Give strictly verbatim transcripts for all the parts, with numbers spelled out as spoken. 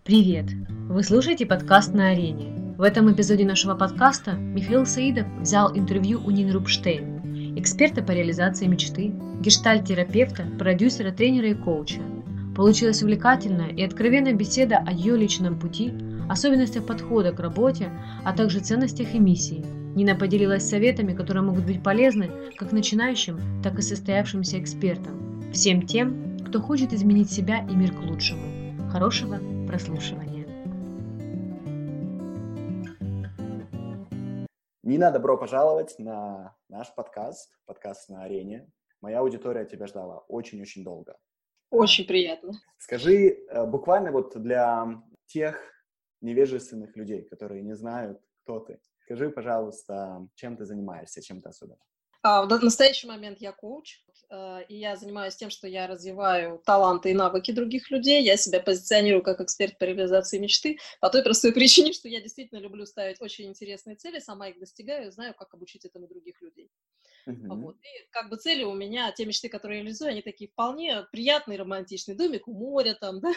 Привет! Вы слушаете подкаст «На арене». В этом эпизоде нашего подкаста Михаил Саидов взял интервью у Нины Рубштейн, эксперта по реализации мечты, гештальт-терапевта, продюсера, тренера и коуча. Получилась увлекательная и откровенная беседа о ее личном пути, особенностях подхода к работе, а также ценностях и миссии. Нина поделилась советами, которые могут быть полезны как начинающим, так и состоявшимся экспертам, всем тем, кто хочет изменить себя и мир к лучшему. Хорошего прослушивания. Нина, добро пожаловать на наш подкаст, подкаст «На арене». Моя аудитория тебя ждала очень-очень долго. Очень приятно. Скажи, буквально вот для тех невежественных людей, которые не знают, кто ты, скажи, пожалуйста, чем ты занимаешься, чем ты особенно? А, в настоящий момент я коуч, и я занимаюсь тем, что я развиваю таланты и навыки других людей. Я себя позиционирую как эксперт по реализации мечты по той простой причине, что я действительно люблю ставить очень интересные цели, сама их достигаю, знаю, как обучить этому других людей. Uh-huh. Вот. И как бы цели у меня, те мечты, которые я реализую, они такие вполне приятный романтичный домик у моря, там, да,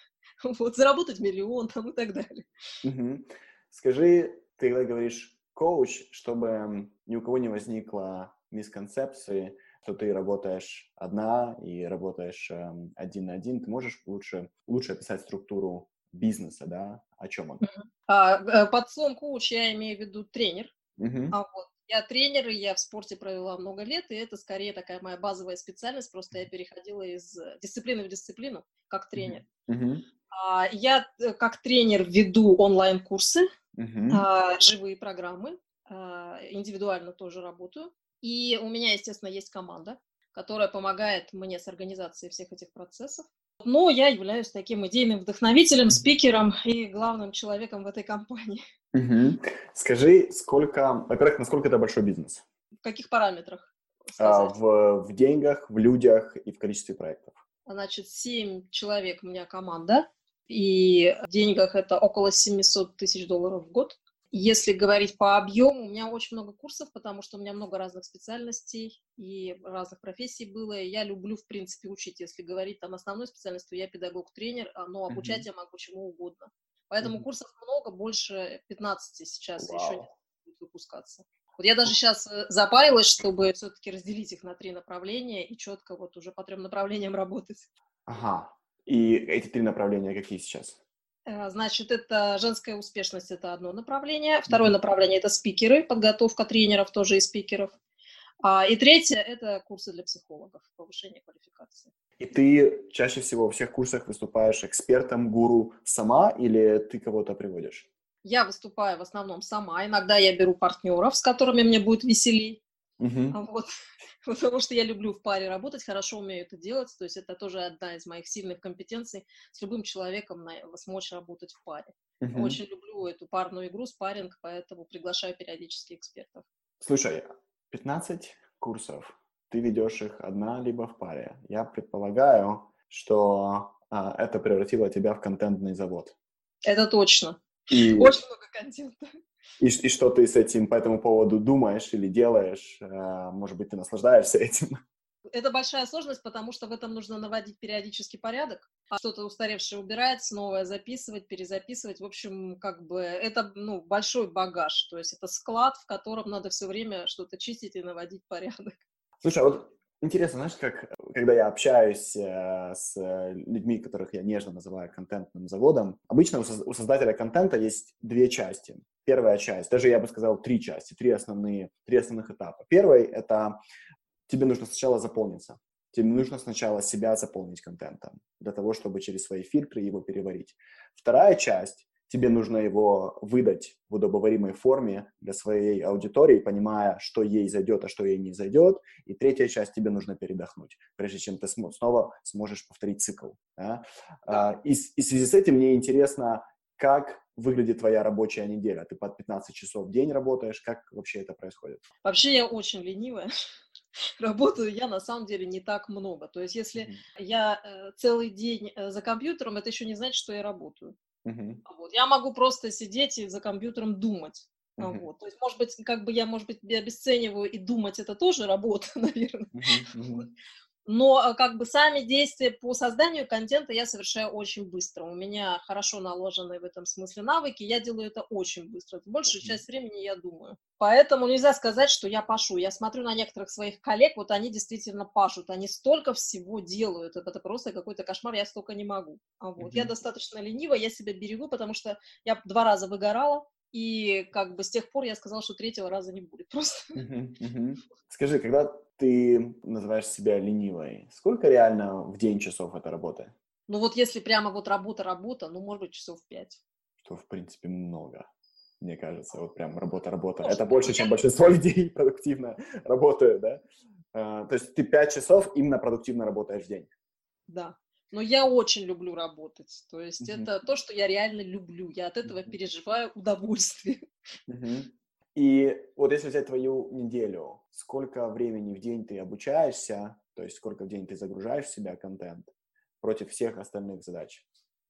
вот, заработать миллион там и так далее. Uh-huh. Скажи, ты говоришь коуч, чтобы ни у кого не возникло мисконцепции, что ты работаешь одна и работаешь э, один на один. Ты можешь лучше, лучше описать структуру бизнеса, да? О чем он? Uh-huh. А, под словом коуч я имею в виду тренер. Uh-huh. А вот. Я тренер, и я в спорте провела много лет, и это скорее такая моя базовая специальность, просто я переходила из дисциплины в дисциплину как тренер. Uh-huh. А, я как тренер веду онлайн-курсы, uh-huh. а, живые программы, а, индивидуально тоже работаю. И у меня, естественно, есть команда, которая помогает мне с организацией всех этих процессов. Но я являюсь таким идейным вдохновителем, спикером и главным человеком в этой компании. Угу. Скажи, сколько, во-первых, насколько это большой бизнес? В каких параметрах? А, в, в деньгах, в людях и в количестве проектов. Значит, семь человек у меня команда, и в деньгах это около семьсот тысяч долларов в год. Если говорить по объему, у меня очень много курсов, потому что у меня много разных специальностей и разных профессий было. И я люблю, в принципе, учить. Если говорить там основной специальностью, я педагог-тренер, но обучать uh-huh. я могу чему угодно. Поэтому uh-huh. курсов много, больше пятнадцати сейчас, wow. еще не будет выпускаться. Вот я даже сейчас запарилась, чтобы все-таки разделить их на три направления и четко вот уже по трем направлениям работать. Ага. И эти три направления какие сейчас? Значит, это женская успешность, это одно направление. Второе mm-hmm. направление – это спикеры, подготовка тренеров тоже и спикеров. А, и третье – это курсы для психологов, повышение квалификации. И ты чаще всего во всех курсах выступаешь экспертом, гуру сама или ты кого-то приводишь? Я выступаю в основном сама. Иногда я беру партнеров, с которыми мне будет веселей. Mm-hmm. Вот. Потому что я люблю в паре работать, хорошо умею это делать. То есть это тоже одна из моих сильных компетенций. С любым человеком смочь работать в паре. Uh-huh. Очень люблю эту парную игру, спарринг, поэтому приглашаю периодически экспертов. Слушай, пятнадцать курсов. Ты ведешь их одна либо в паре. Я предполагаю, что а, это превратило тебя в контентный завод. Это точно. И... Очень много контента. И, и что ты с этим по этому поводу думаешь или делаешь? Может быть, ты наслаждаешься этим? Это большая сложность, потому что в этом нужно наводить периодически порядок, а что-то устаревшее убирать, новое записывать, перезаписывать. В общем, как бы это ну, большой багаж, то есть это склад, в котором надо все время что-то чистить и наводить порядок. Слушай, а вот интересно, знаешь, как когда я общаюсь э, с людьми, которых я нежно называю контентным заводом, обычно у, соз- у создателя контента есть две части. Первая часть, даже я бы сказал три части, три основные, три основных этапа. Первый – это тебе нужно сначала заполниться. Тебе нужно сначала себя заполнить контентом для того, чтобы через свои фильтры его переварить. Вторая часть – тебе нужно его выдать в удобоваримой форме для своей аудитории, понимая, что ей зайдет, а что ей не зайдет. И третья часть – тебе нужно передохнуть, прежде чем ты см- снова сможешь повторить цикл. Да? Да. И, и в связи с этим мне интересно, как выглядит твоя рабочая неделя? Ты под пятнадцать часов в день работаешь? Как вообще это происходит? Вообще я очень ленивая. Работаю я на самом деле не так много. То есть если mm-hmm. я э, целый день э, за компьютером, это еще не значит, что я работаю. Mm-hmm. Вот. Я могу просто сидеть и за компьютером думать. Mm-hmm. Вот. То есть, может быть, как бы я, может быть, обесцениваю и думать это тоже работа, наверное. Mm-hmm. Но э, как бы сами действия по созданию контента я совершаю очень быстро. У меня хорошо наложенные в этом смысле навыки, я делаю это очень быстро. Большую Мгм. часть времени я думаю. Поэтому нельзя сказать, что я пашу. Я смотрю на некоторых своих коллег, вот они действительно пашут, они столько всего делают, это, это просто какой-то кошмар, я столько не могу. А вот. Я Мгм. достаточно ленива, я себя берегу, потому что я два раза выгорала, и как бы с тех пор я сказала, что третьего раза не будет просто. Мгм. Мгм. Скажи, когда ты называешь себя ленивой, сколько реально в день часов это работы? Ну вот если прямо вот работа-работа, ну, может быть, часов пять. Что, в принципе, много, мне кажется. Вот прям работа-работа. Может Это быть. больше, Ну, я чем большинство людей продуктивно работают, да? А, то есть ты пять часов именно продуктивно работаешь в день. Да. Но я очень люблю работать. То есть Мгм. это то, что я реально люблю. Я от этого Мгм. переживаю удовольствие. Мгм. И вот если взять твою неделю, сколько времени в день ты обучаешься, то есть сколько в день ты загружаешь в себя контент против всех остальных задач?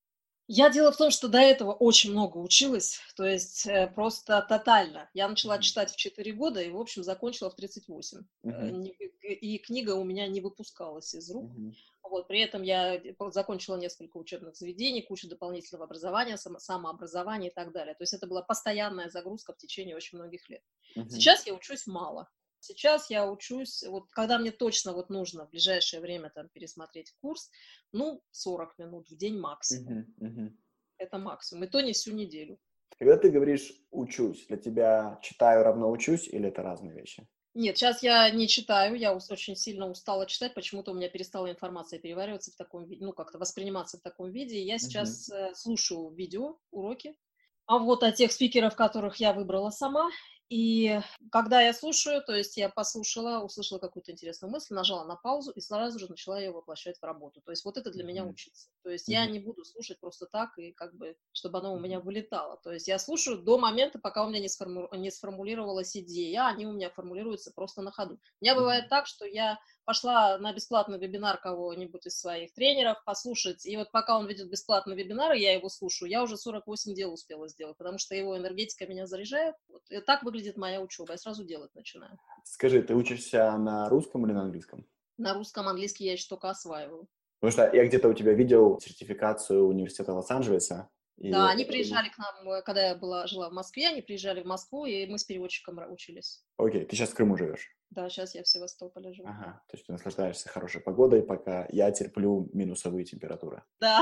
Я дело в том, что до этого очень много училась, то есть э, просто тотально. Я начала Мгм. читать в четыре года и, в общем, закончила в тридцать восемь. Э, Мгм. не- И книга у меня не выпускалась из рук. Мгм. Вот, при этом я д- по- закончила несколько учебных заведений, кучу дополнительного образования, само- самообразования и так далее. То есть это была постоянная загрузка в течение очень многих лет. Мгм. Сейчас я учусь мало. Сейчас я учусь, вот когда мне точно вот нужно в ближайшее время там пересмотреть курс, ну, сорок минут в день максимум. Мгм. Мгм. Это максимум. И то не всю неделю. Когда ты говоришь «учусь», для тебя читаю равно учусь или это разные вещи? Нет, сейчас я не читаю, я ус- очень сильно устала читать, почему-то у меня перестала информация перевариваться в таком виде, ну, как-то восприниматься в таком виде. И я Мгм. сейчас э, слушаю видео, уроки, а вот от тех спикеров, которых я выбрала сама. И когда я слушаю, то есть я послушала, услышала какую-то интересную мысль, нажала на паузу и сразу же начала ее воплощать в работу. То есть вот это для меня Мгм. учиться. То есть я Мгм. не буду слушать просто так и как бы, чтобы оно у меня Мгм. вылетало. То есть я слушаю до момента, пока у меня не, сформу- не сформулировалась идея, а они у меня формулируются просто на ходу. У меня бывает Мгм. так, что я пошла на бесплатный вебинар кого-нибудь из своих тренеров послушать, и вот пока он ведет бесплатный вебинар, и я его слушаю, я уже сорок восемь дел успела сделать, потому что его энергетика меня заряжает. Вот. И так выглядит моя учеба, я сразу делать начинаю. Скажи, ты учишься на русском или на английском? На русском, английский я еще только осваиваю. Потому что я где-то у тебя видел сертификацию университета Лос-Анджелеса, и Да, они это... приезжали к нам, э, когда я была, жила в Москве, они приезжали в Москву, и мы с переводчиком ра- учились. Окей, ты сейчас в Крыму живешь. Да, сейчас я в Севастополе живу. Ага, то есть ты наслаждаешься хорошей погодой, пока я терплю минусовые температуры. Да.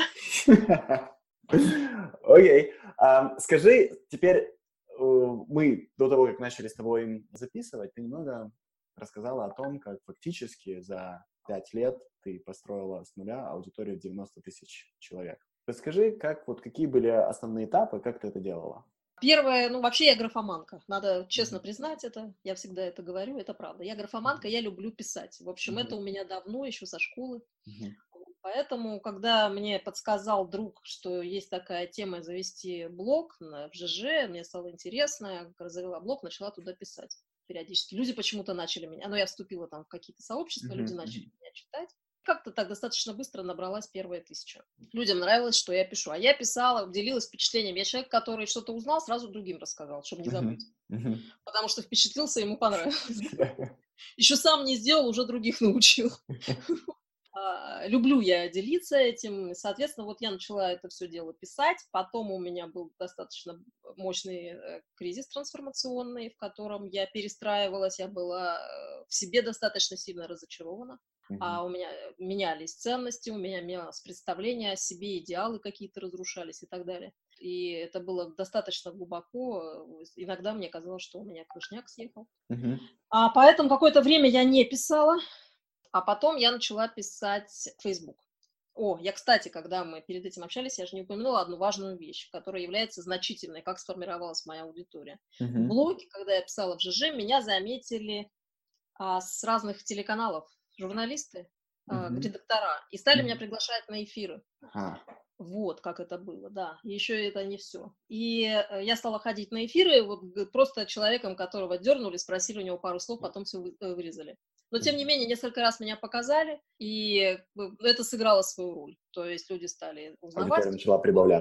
Окей. Ам, Скажи, теперь э, мы до того, как начали с тобой записывать, ты немного рассказала о том, как фактически за пять лет ты построила с нуля аудиторию в девяносто тысяч человек. Расскажи, как, вот, какие были основные этапы, как ты это делала? Первое, ну, вообще я графоманка. Надо честно Мгм. признать это. Я всегда это говорю, это правда. Я графоманка, Мгм. я люблю писать. В общем, это Мгм. у меня давно, еще со школы. Мгм. Вот. Поэтому, когда мне подсказал друг, что есть такая тема завести блог на- в ЖЖ, мне стало интересно, я как раз завела блог, начала туда писать периодически. Люди почему-то начали меня, ну, я вступила там в какие-то сообщества, люди Мгм. начали Мгм. меня читать. Как-то так достаточно быстро набралась первая тысяча. Людям нравилось, что я пишу. А я писала, делилась впечатлением. Я человек, который что-то узнал, сразу другим рассказал, чтобы не Мгм. забыть. Мгм. Потому что впечатлился, ему понравилось. Еще сам не сделал, уже других научил. А, люблю я делиться этим. Соответственно, вот я начала это все дело писать. Потом у меня был достаточно мощный э, кризис трансформационный, в котором я перестраивалась, я была э, в себе достаточно сильно разочарована. Мгм. А у меня менялись ценности, у меня менялось представление о себе, идеалы какие-то разрушались и так далее. И это было достаточно глубоко. э, Иногда мне казалось, что у меня крышняк съехал. Мгм. А поэтому какое-то время я не писала. А потом я начала писать в Facebook. О, я, кстати, когда мы перед этим общались, я же не упомянула одну важную вещь, которая является значительной, как сформировалась моя аудитория. В Мгм. блоге, когда я писала в ЖЖ, меня заметили а, с разных телеканалов журналисты, а, Мгм. редактора, и стали меня Мгм. приглашать на эфиры. Ага. Вот как это было, да. И еще это не все. И э, я стала ходить на эфиры вот г- просто человеком, которого дернули, спросили у него пару слов, потом все вырезали. Но, тем не Мгм. менее, несколько раз меня показали, и э, это сыграло свою роль. То есть люди стали узнавать Аудитория начала каким-то образом. прибавляться.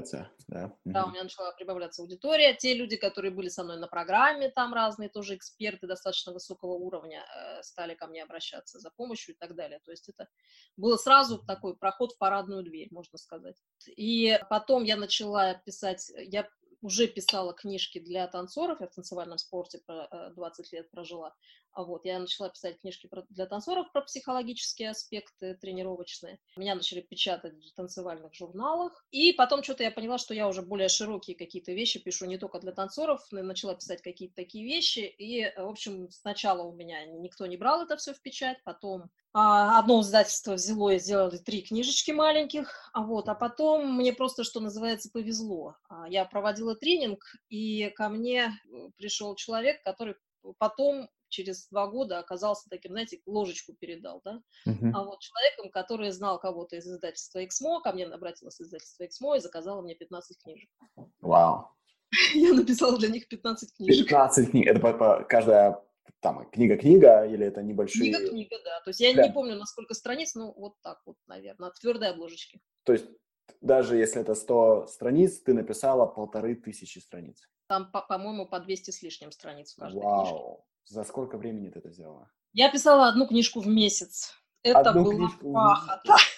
да. Да, у Мгм. меня начала прибавляться аудитория. Те люди, которые были со мной на программе, там разные тоже эксперты достаточно высокого уровня, э, стали ко мне обращаться за помощью и так далее. То есть это было сразу такой проход в парадную дверь, можно сказать. И потом я начала писать, я уже писала книжки для танцоров, я в танцевальном спорте про, э, двадцать лет прожила. А вот, я начала писать книжки про- для танцоров про психологические аспекты тренировочные. Меня начали печатать в танцевальных журналах. И потом что-то я поняла, что я уже более широкие какие-то вещи пишу, не только для танцоров. н- Начала писать какие-то такие вещи. И, э, в общем, сначала у меня никто не брал это все в печать. Потом а, одно издательство взяло и сделали три книжечки маленьких. А, вот, а потом мне просто, что называется, повезло. А, Я проводила тренинг, и ко мне э, пришел человек, который потом через два года оказался таким, знаете, ложечку передал, да, а Мгм. вот человеком, который знал кого-то из издательства «Эксмо», ко мне обратилась издательство «Эксмо» и заказала мне пятнадцать книжек. Вау. Я написала для них пятнадцать книжек. пятнадцать книг. Это по- по- каждая там книга-книга или это небольшие... Книга-книга, да. То есть я не Прям. помню, на сколько страниц, но вот так вот, наверное, от твердой обложечки. То есть даже если это сто страниц, ты написала полторы тысячи страниц. Там, по- по-моему, по двести с лишним страниц в каждой книжке. Вау. За сколько времени ты это сделала? Я писала одну книжку в месяц. Это Одну была книжку в пахота. месяц.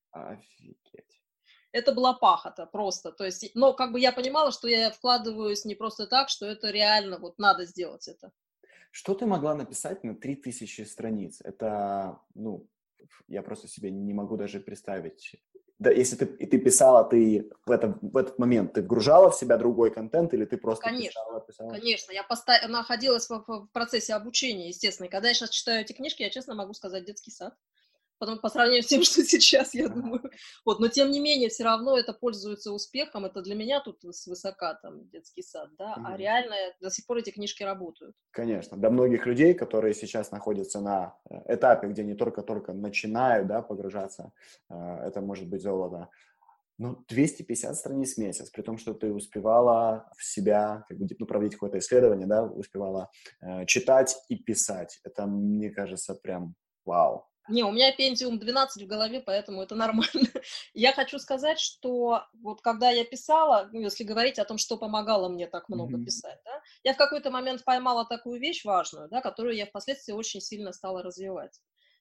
Офигеть. Это была пахота просто. То есть, но как бы я понимала, что я вкладываюсь не просто так, что это реально вот надо сделать это. Что ты могла написать на три тысячи страниц? Это, ну, я просто себе не могу даже представить. Да, если ты, и ты писала, ты в, это, в этот момент, ты вгружала в себя другой контент или ты просто Конечно, писала, писала? конечно. Я поста- находилась в, в процессе обучения, естественно. И когда я сейчас читаю эти книжки, я честно могу сказать детский сад. Потом по сравнению с тем, что сейчас, я Ага. думаю. Вот, но тем не менее, все равно это пользуется успехом. Это для меня тут свысока там детский сад, да, а Мгм. реально до сих пор эти книжки работают. Конечно. Для многих людей, которые сейчас находятся на э, этапе, где они только-только начинают, да, погружаться, э, это может быть золото. Ну, двести пятьдесят страниц в месяц, при том, что ты успевала в себя, как бы, ну, проводить какое-то исследование, да, успевала э, читать и писать. Это, мне кажется, прям вау. Не, у меня пентиум двенадцать в голове, поэтому это нормально. Я хочу сказать, что вот когда я писала, ну, если говорить о том, что помогало мне так много Мгм. писать, да, я в какой-то момент поймала такую вещь важную, да, которую я впоследствии очень сильно стала развивать.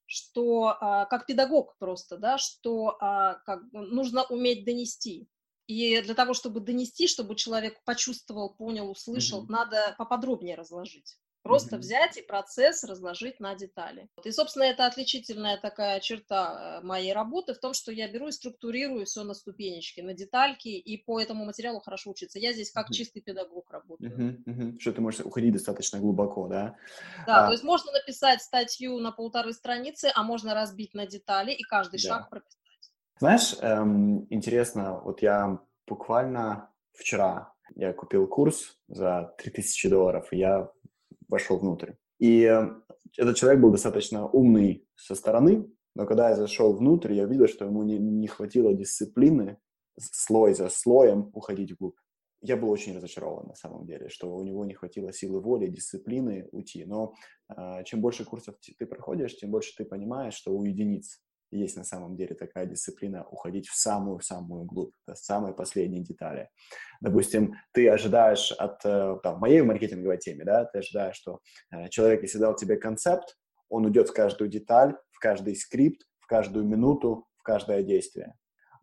Что а, как педагог просто, да, что а, как, бы нужно уметь донести. И для того, чтобы донести, чтобы человек почувствовал, понял, услышал, Мгм. надо поподробнее разложить. Просто Мгм. взять и процесс разложить на детали. Вот. И, собственно, это отличительная такая черта э, моей работы в том, что я беру и структурирую все на ступенечки, на детальки, и по этому материалу хорошо учиться. Я здесь как Мгм. чистый педагог работаю. Мгм. Мгм. Что ты можешь уходить достаточно глубоко, да? Да, А, то есть можно написать статью на полторы страницы, а можно разбить на детали и каждый да. шаг прописать. Знаешь, эм, интересно, вот я буквально вчера я купил курс за три тысячи долларов, и я вошел внутрь. И э, этот человек был достаточно умный со стороны, но когда я зашел внутрь, я видел, что ему не, не хватило дисциплины слой за слоем уходить вглубь. Я был очень разочарован на самом деле, что у него не хватило силы воли, дисциплины уйти. Но э, чем больше курсов ты проходишь, тем больше ты понимаешь, что у единиц есть на самом деле такая дисциплина уходить в самую-самую глубь, до самой последней детали. Допустим, ты ожидаешь от, э, там, в моей маркетинговой теме, да, ты ожидаешь, что э, человек, если дал тебе концепт, он уйдет в каждую деталь, в каждый скрипт, в каждую минуту, в каждое действие.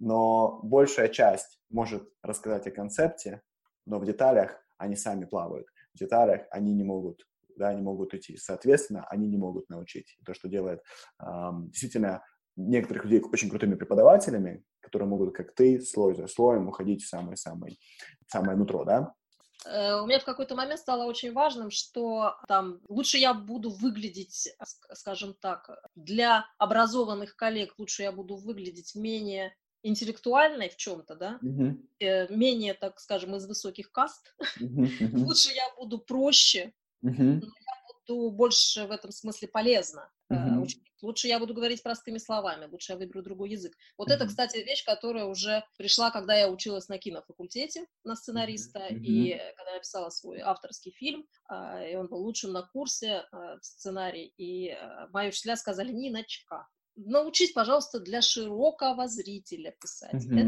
Но большая часть может рассказать о концепте, но в деталях они сами плавают. В деталях они не могут, да, не могут идти. Соответственно, они не могут научить. То, что делает эм, действительно некоторых людей очень крутыми преподавателями, которые могут, как ты, слой за слоем уходить в самое-самое самое нутро, да? Э, У меня в какой-то момент стало очень важным, что там лучше я буду выглядеть, ск- скажем так, для образованных коллег лучше я буду выглядеть менее интеллектуальной в чем-то, да, Мгм. э, менее, так скажем, из высоких каст. Мгм. Мгм. Лучше я буду проще, Мгм. но я буду больше в этом смысле полезна э, Мгм. ученику. Лучше я буду говорить простыми словами, лучше я выберу другой язык. Вот это, Мгм. кстати, вещь, которая уже пришла, когда я училась на кинофакультете на Мгм. сценариста, и Мгм. э, когда я писала свой авторский фильм, а, и он был лучшим на курсе а, в сценарий, и а, мои учителя сказали: «Ниночка, научись, пожалуйста, для широкого зрителя писать. Это Мгм.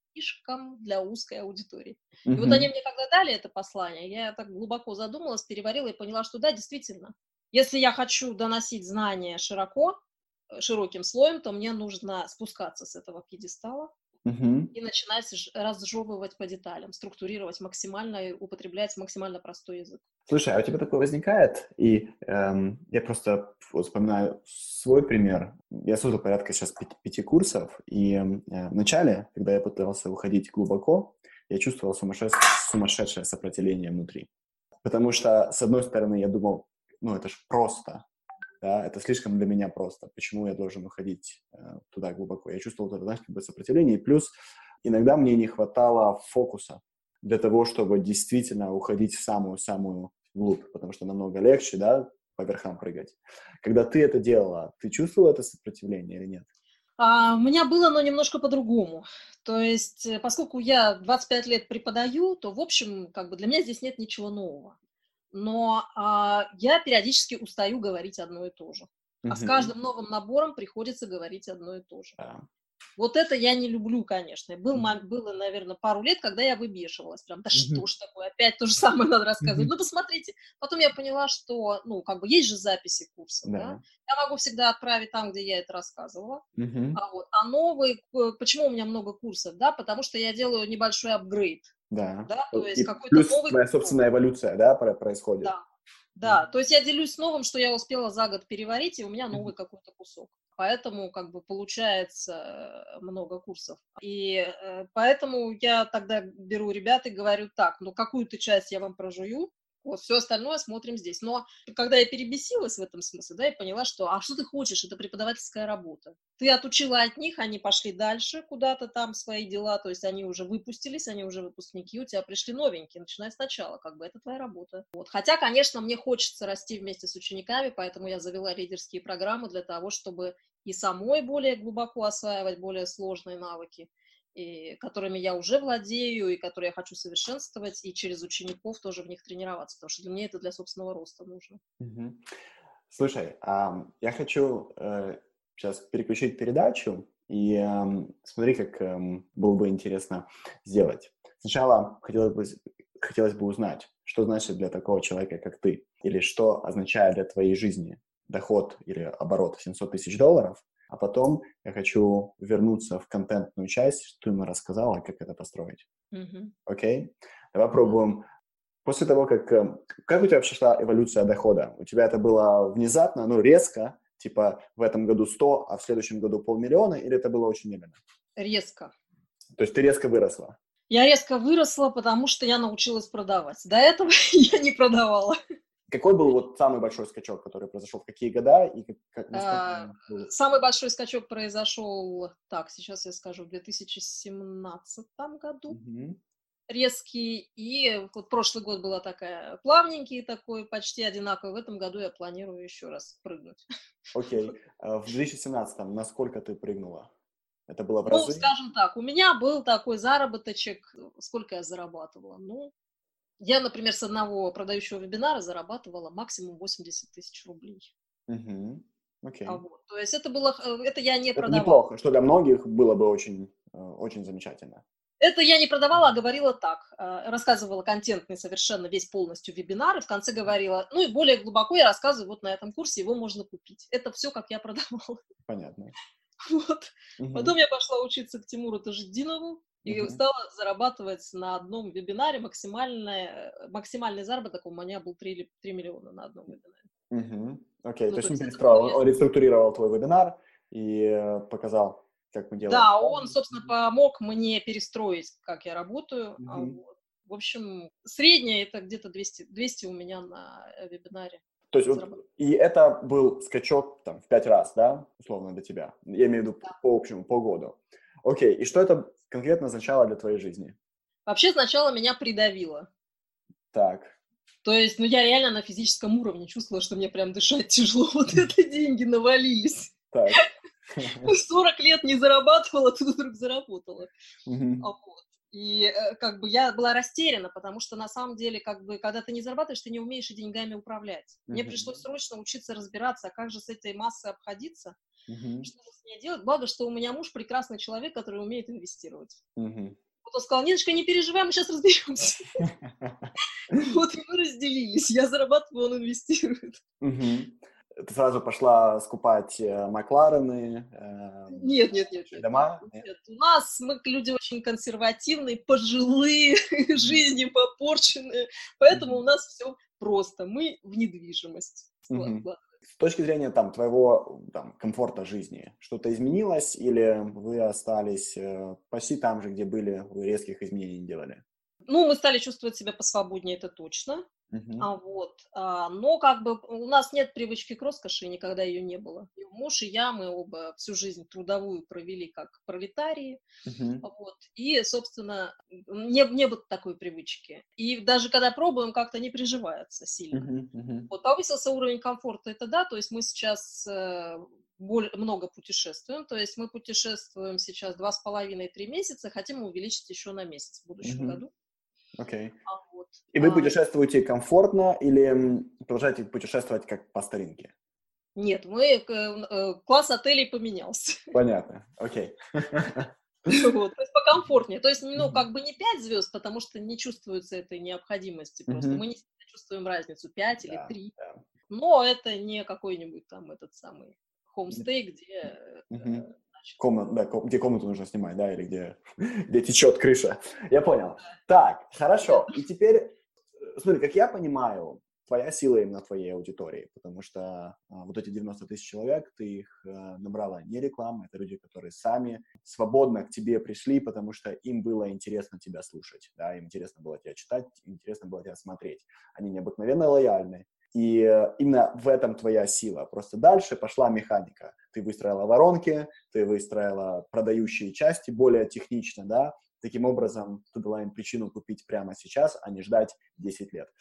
слишком для узкой аудитории. Мгм. И вот они мне когда дали это послание, я так глубоко задумалась, переварила и поняла, что да, действительно, если я хочу доносить знания широко, э, широким слоем, то мне нужно спускаться с этого пьедестала Мгм. и начинать ж- разжевывать по деталям, структурировать максимально и употреблять максимально простой язык. Слушай, а у тебя такое возникает? И эм, я просто вот вспоминаю свой пример. Я создал порядка сейчас пяти, пяти курсов, и эм, э, в начале, когда я пытался уходить глубоко, я чувствовал сумасшедшее, сумасшедшее сопротивление внутри. Потому что, с одной стороны, я думал, ну, это ж просто, да, это слишком для меня просто. Почему я должен уходить э, туда глубоко? Я чувствовал это, знаешь, как бы сопротивление. И плюс иногда мне не хватало фокуса для того, чтобы действительно уходить в самую-самую глубь, потому что намного легче, да, по верхам прыгать. Когда ты это делала, ты чувствовала это сопротивление или нет? А, у меня было, но немножко по-другому. То есть, э, поскольку я двадцать пять лет преподаю, то, в общем, как бы для меня здесь нет ничего нового. Но а, я периодически устаю говорить одно и то же. А с Мгм. каждым новым набором приходится говорить одно и то же. Да. Вот это я не люблю, конечно. Был, Мгм. мо- было, наверное, пару лет, когда я выбешивалась. Прям, да Мгм. что ж такое, опять то же самое надо рассказывать. Мгм. Ну, посмотрите. Потом я поняла, что, ну, как бы есть же записи курсов, да. Да. Я могу всегда отправить там, где я это рассказывала. Мгм. А, вот. А новый, к- почему у меня много курсов, да, потому что я делаю небольшой апгрейд, Да. да, то есть И какой-то плюс новый твоя кусок, собственная эволюция, да, про- происходит. да, да, Мгм. то есть я делюсь новым, что я успела за год переварить, и у меня Мгм. новый какой-то кусок. Поэтому как бы получается э, много курсов. И э, поэтому я тогда беру ребят и говорю так, ну какую-то часть я вам прожую, вот все остальное смотрим здесь. Но когда я перебесилась в этом смысле, да, я поняла, что а что ты хочешь, это преподавательская работа. Ты отучила от них, они пошли дальше куда-то там свои дела, то есть они уже выпустились, они уже выпускники, у тебя пришли новенькие, начинай сначала, как бы это твоя работа. Вот. Хотя, конечно, мне хочется расти вместе с учениками, поэтому я завела лидерские программы для того, чтобы и самой более глубоко осваивать более сложные навыки, и которыми я уже владею, и которые я хочу совершенствовать, и через учеников тоже в них тренироваться, потому что для меня это для собственного роста нужно. Мгм. Слушай, ам, я хочу сейчас переключить передачу, и ам, смотри, как ам, было бы интересно сделать. Сначала хотелось бы, хотелось бы узнать, что значит для такого человека, как ты, или что означает для твоей жизни доход или оборот семьсот тысяч долларов, а потом я хочу вернуться в контентную часть, что ты мне рассказала, как это построить. Мгм. Окей? Давай Да. пробуем. После того, как... э, Как у тебя вообще шла эволюция дохода? У тебя это было внезапно, ну, резко, типа в этом году сто, а в следующем году полмиллиона, или это было очень медленно? Резко. То есть ты резко выросла? Я резко выросла, потому что я научилась продавать. До этого я не продавала. Какой был вот самый большой скачок, который произошел? В какие года и как, как- насколько А, он был? Самый большой скачок произошел, так, сейчас я скажу, в две тысячи семнадцатом году. Мгм. Резкий. И вот прошлый год была такая плавненький такой, почти одинаковый. В этом году я планирую еще раз прыгнуть. Окей. А в две тысячи семнадцатом насколько ты прыгнула? Это было в Ну, разы? скажем так, у меня был такой заработочек. Сколько я зарабатывала? Ну, я, например, с одного продающего вебинара зарабатывала максимум восемьдесят тысяч рублей. Мгм. А Окей. вот, то есть это было, х- это я не Это продавала. неплохо, что для многих было бы очень, э, очень замечательно. Это я не продавала, а говорила так. э, Рассказывала контентный совершенно весь полностью вебинар, и в конце говорила, ну и более глубоко я рассказываю, вот на этом курсе его можно купить. Это все, как я продавала. Понятно. Вот. Мгм. Потом я пошла учиться к Тимуру Тажиддинову и Мгм. стала зарабатывать на одном вебинаре максимальный, максимальный заработок у меня был три миллиона на одном вебинаре. Мгм. Окей, Ну, то то есть он есть это было перестроил, он он резко. реструктурировал твой вебинар и э, показал, как мы делаем. Да, он, правильно? собственно, помог мне перестроить, как я работаю. А Мгм. вот. В общем, среднее это где-то двести, двести у меня на э, вебинаре То есть вот, заработок. и это был скачок там в пять раз, да, условно для тебя? Я имею в виду Да. по общему, по году. Окей, и что это конкретно означало для твоей жизни? Вообще сначала меня придавило. Так. То есть, ну, я реально на физическом уровне чувствовала, что мне прям дышать тяжело. Вот это деньги навалились. Так. сорок лет не зарабатывала, тут вдруг заработала. А Мгм. вот. И э, как бы я была растеряна, потому что на самом деле, как бы, когда ты не зарабатываешь, ты не умеешь и деньгами управлять. Мне Мгм. пришлось срочно учиться разбираться, а как же с этой массой обходиться. Мгм. Что же с ней делать? Благо, что у меня муж прекрасный человек, который умеет инвестировать. Мгм. Вот он сказал: Ниночка, не переживай, мы сейчас разберемся. Вот и мы разделились. Я зарабатываю, он инвестирует. Мгм. Ты сразу пошла скупать э, Макларены, э, Нет, нет, нет, нет, нет, дома? Нет? нет. У нас мы люди очень консервативные, пожилые, жизнью попорченные, поэтому у Мгм. нас все просто. Мы в недвижимость Мгм. вкладываем. С точки зрения там твоего там, комфорта жизни, что-то изменилось или вы остались э, почти там же, где были, вы резких изменений не делали? Ну, мы стали чувствовать себя посвободнее, это точно. Мгм. А вот, а, но как бы у нас нет привычки к роскоши, и никогда ее не было. И муж и я, мы оба всю жизнь трудовую провели как пролетарии. Мгм. Вот. И, собственно, не, не было такой привычки. И даже когда пробуем, как-то не приживается сильно. Мгм. Мгм. Вот повысился уровень комфорта, это да, то есть мы сейчас э, боль- много путешествуем, то есть мы путешествуем сейчас два с половиной-три месяца, хотим увеличить еще на месяц в будущем Мгм. году. Окей. А вот, И вы а, путешествуете комфортно или м, продолжаете путешествовать как по старинке? нет, мы, к- э, класс отелей поменялся. Понятно. Окей. Вот, то есть покомфортнее. То есть, ну, Мгм. как бы не пять звезд, потому что не чувствуется этой необходимости. Просто Мгм. мы не сильно чувствуем разницу, пять или Да, три. да. Но это не какой-нибудь там этот самый хомстей, где, Мгм. э, значит, Комнат, да, ко- где комнату нужно снимать, да, или где, где течет крыша. Я понял. Так, да. хорошо. И теперь, э, смотри, как я понимаю, твоя сила именно в твоей аудитории, потому что а, вот эти девяносто тысяч человек, ты их а, набрала не рекламой, это люди, которые сами свободно к тебе пришли, потому что им было интересно тебя слушать, да, им интересно было тебя читать, им интересно было тебя смотреть. Они необыкновенно лояльны. И э, именно в этом твоя сила. Просто дальше пошла механика. Ты выстроила воронки, ты выстроила продающие части более технично, да. Таким образом, ты дала им причину купить прямо сейчас, а не ждать десять лет.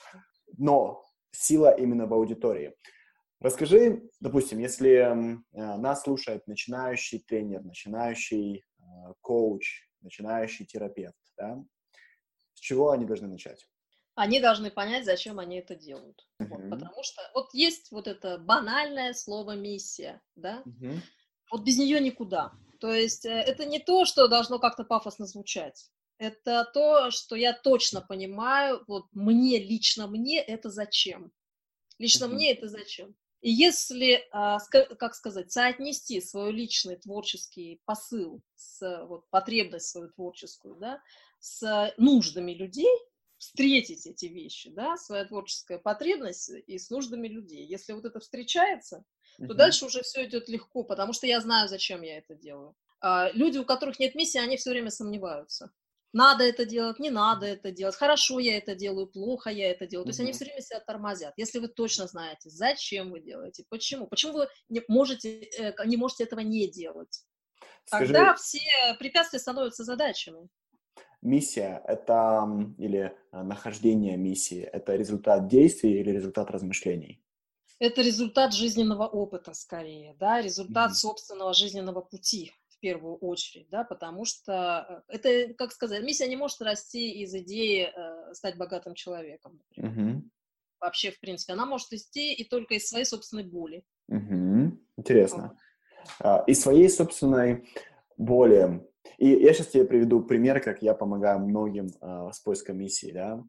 Но сила именно в аудитории. Расскажи, допустим, если м, э, нас слушает начинающий тренер, начинающий э, коуч, начинающий терапевт, да, с чего они должны начать? Они должны понять, зачем они это делают. Вот, Мгм. потому что вот есть вот это банальное слово миссия, да, Мгм. вот без нее никуда. То есть э, это не то, что должно как-то пафосно звучать. Это то, что я точно понимаю, вот мне, лично мне это зачем. Лично Мгм. мне это зачем. И если, а, ска- как сказать, соотнести свой личный творческий посыл, с, вот, потребность свою творческую, да, с нуждами людей, встретить эти вещи, да, своя творческая потребность и с нуждами людей. Если вот это встречается, то Мгм. дальше уже все идет легко, потому что я знаю, зачем я это делаю. А, люди, у которых нет миссии, они все время сомневаются. Надо это делать, не надо это делать, хорошо я это делаю, плохо я это делаю. То есть они Мгм. все время себя тормозят. Если вы точно знаете, зачем вы делаете, почему, почему вы не можете, э, не можете этого не делать, тогда Скажи, все препятствия становятся задачами. миссия — это, м, или а, нахождение миссии — это результат действий или результат размышлений? Это результат жизненного опыта скорее, да, результат Мгм. собственного жизненного пути в первую очередь, да, потому что э, это, как сказать, миссия не может расти из идеи э, стать богатым человеком, например. Мгм. Вообще, в принципе, она может идти и только из своей собственной боли. Мгм. Вот. Интересно. А, и своей собственной боли. И я сейчас тебе приведу пример, как я помогаю многим а, с поиском миссии, да.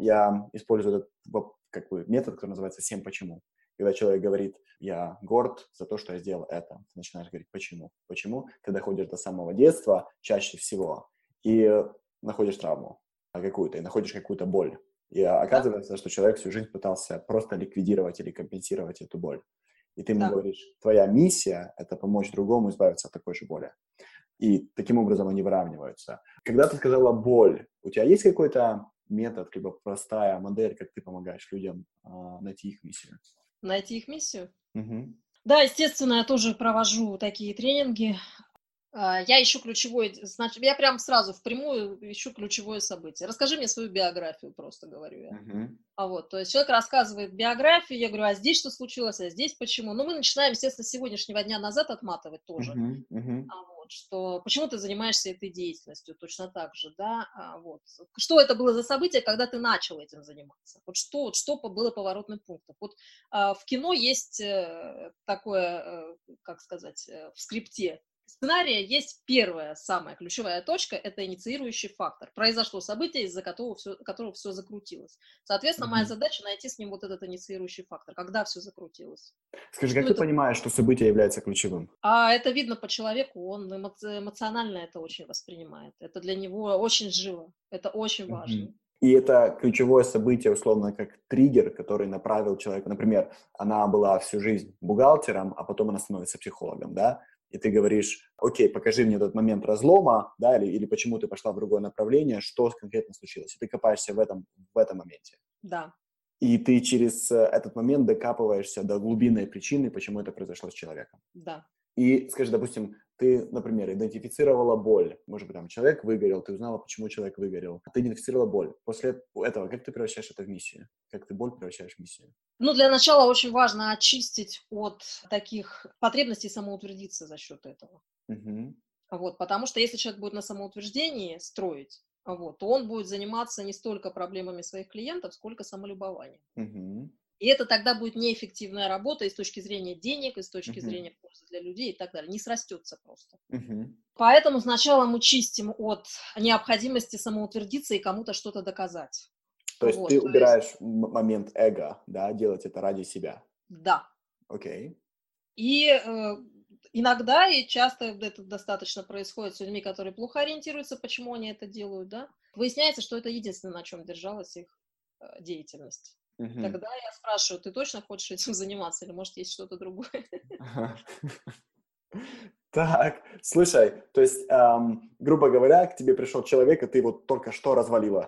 Я использую этот воп- как бы метод, который называется «семь почему». Когда человек говорит: я горд за то, что я сделал это, ты начинаешь говорить «почему?». Почему? Ты доходишь до самого детства чаще всего и находишь травму а, какую-то, и находишь какую-то боль. И а, Да, оказывается, что человек всю жизнь пытался просто ликвидировать или компенсировать эту боль. И ты ему да. говоришь: твоя миссия — это помочь другому избавиться от такой же боли. И таким образом они выравниваются. Когда ты сказала «боль», у тебя есть какой-то метод, либо простая модель, как ты помогаешь людям а, найти их миссию? Найти их миссию. Мгм. Да, естественно, я тоже провожу такие тренинги. А, Я ищу ключевое, значит, я прям сразу впрямую ищу ключевое событие. Расскажи мне свою биографию, просто говорю я. Мгм. А вот, то есть человек рассказывает биографию, я говорю, а здесь что случилось, а здесь почему? Ну, мы начинаем, естественно, с сегодняшнего дня назад отматывать тоже. Мгм. Мгм. А вот, что почему ты занимаешься этой деятельностью точно так же, да, а, вот. Что это было за событие, когда ты начал этим заниматься? Вот что, вот что по- было поворотным пунктом? Вот а, в кино есть э, такое, э, как сказать, э, в скрипте сценария есть первая, самая ключевая точка, это инициирующий фактор. Произошло событие, из-за которого все, которого все закрутилось. Соответственно, моя Мгм. задача найти с ним вот этот инициирующий фактор, когда все закрутилось. Скажи, Что как ты это? понимаешь, что событие является ключевым? А это видно по человеку, он эмо- эмоционально это очень воспринимает. Это для него очень живо, это очень важно. Мгм. И это ключевое событие, условно, как триггер, который направил человека. Например, она была всю жизнь бухгалтером, а потом она становится психологом, да? И ты говоришь, окей, покажи мне этот момент разлома, да, или, или почему ты пошла в другое направление, что конкретно случилось. И ты копаешься в этом, в этом моменте. Да, И ты через э, этот момент докапываешься до глубинной причины, почему это произошло с человеком. да. И скажи, допустим, ты, например, идентифицировала боль. Может быть, там человек выгорел, ты узнала, почему человек выгорел. Ты идентифицировала боль. После этого как ты превращаешь это в миссию? Как ты боль превращаешь в миссию? Ну, для начала очень важно очистить от таких потребностей самоутвердиться за счет этого. Мгм. Вот, потому что если человек будет на самоутверждении строить, вот, то он будет заниматься не столько проблемами своих клиентов, сколько самолюбованием. Мгм. И это тогда будет неэффективная работа и с точки зрения денег, и с точки Мгм. зрения пользы для людей и так далее. Не срастется просто. Мгм. Поэтому сначала мы чистим от необходимости самоутвердиться и кому-то что-то доказать. То есть Вот, ты то есть, убираешь м- момент эго, да, делать это ради себя. да. Окей. И э, иногда, и часто это достаточно происходит с людьми, которые плохо ориентируются, почему они это делают, да, выясняется, что это единственное, на чем держалась их э, деятельность. Мгм. Тогда я спрашиваю, ты точно хочешь этим заниматься или, может, есть что-то другое? Так, слушай, то есть, ам, грубо говоря, к тебе пришел человек, и ты вот только что развалила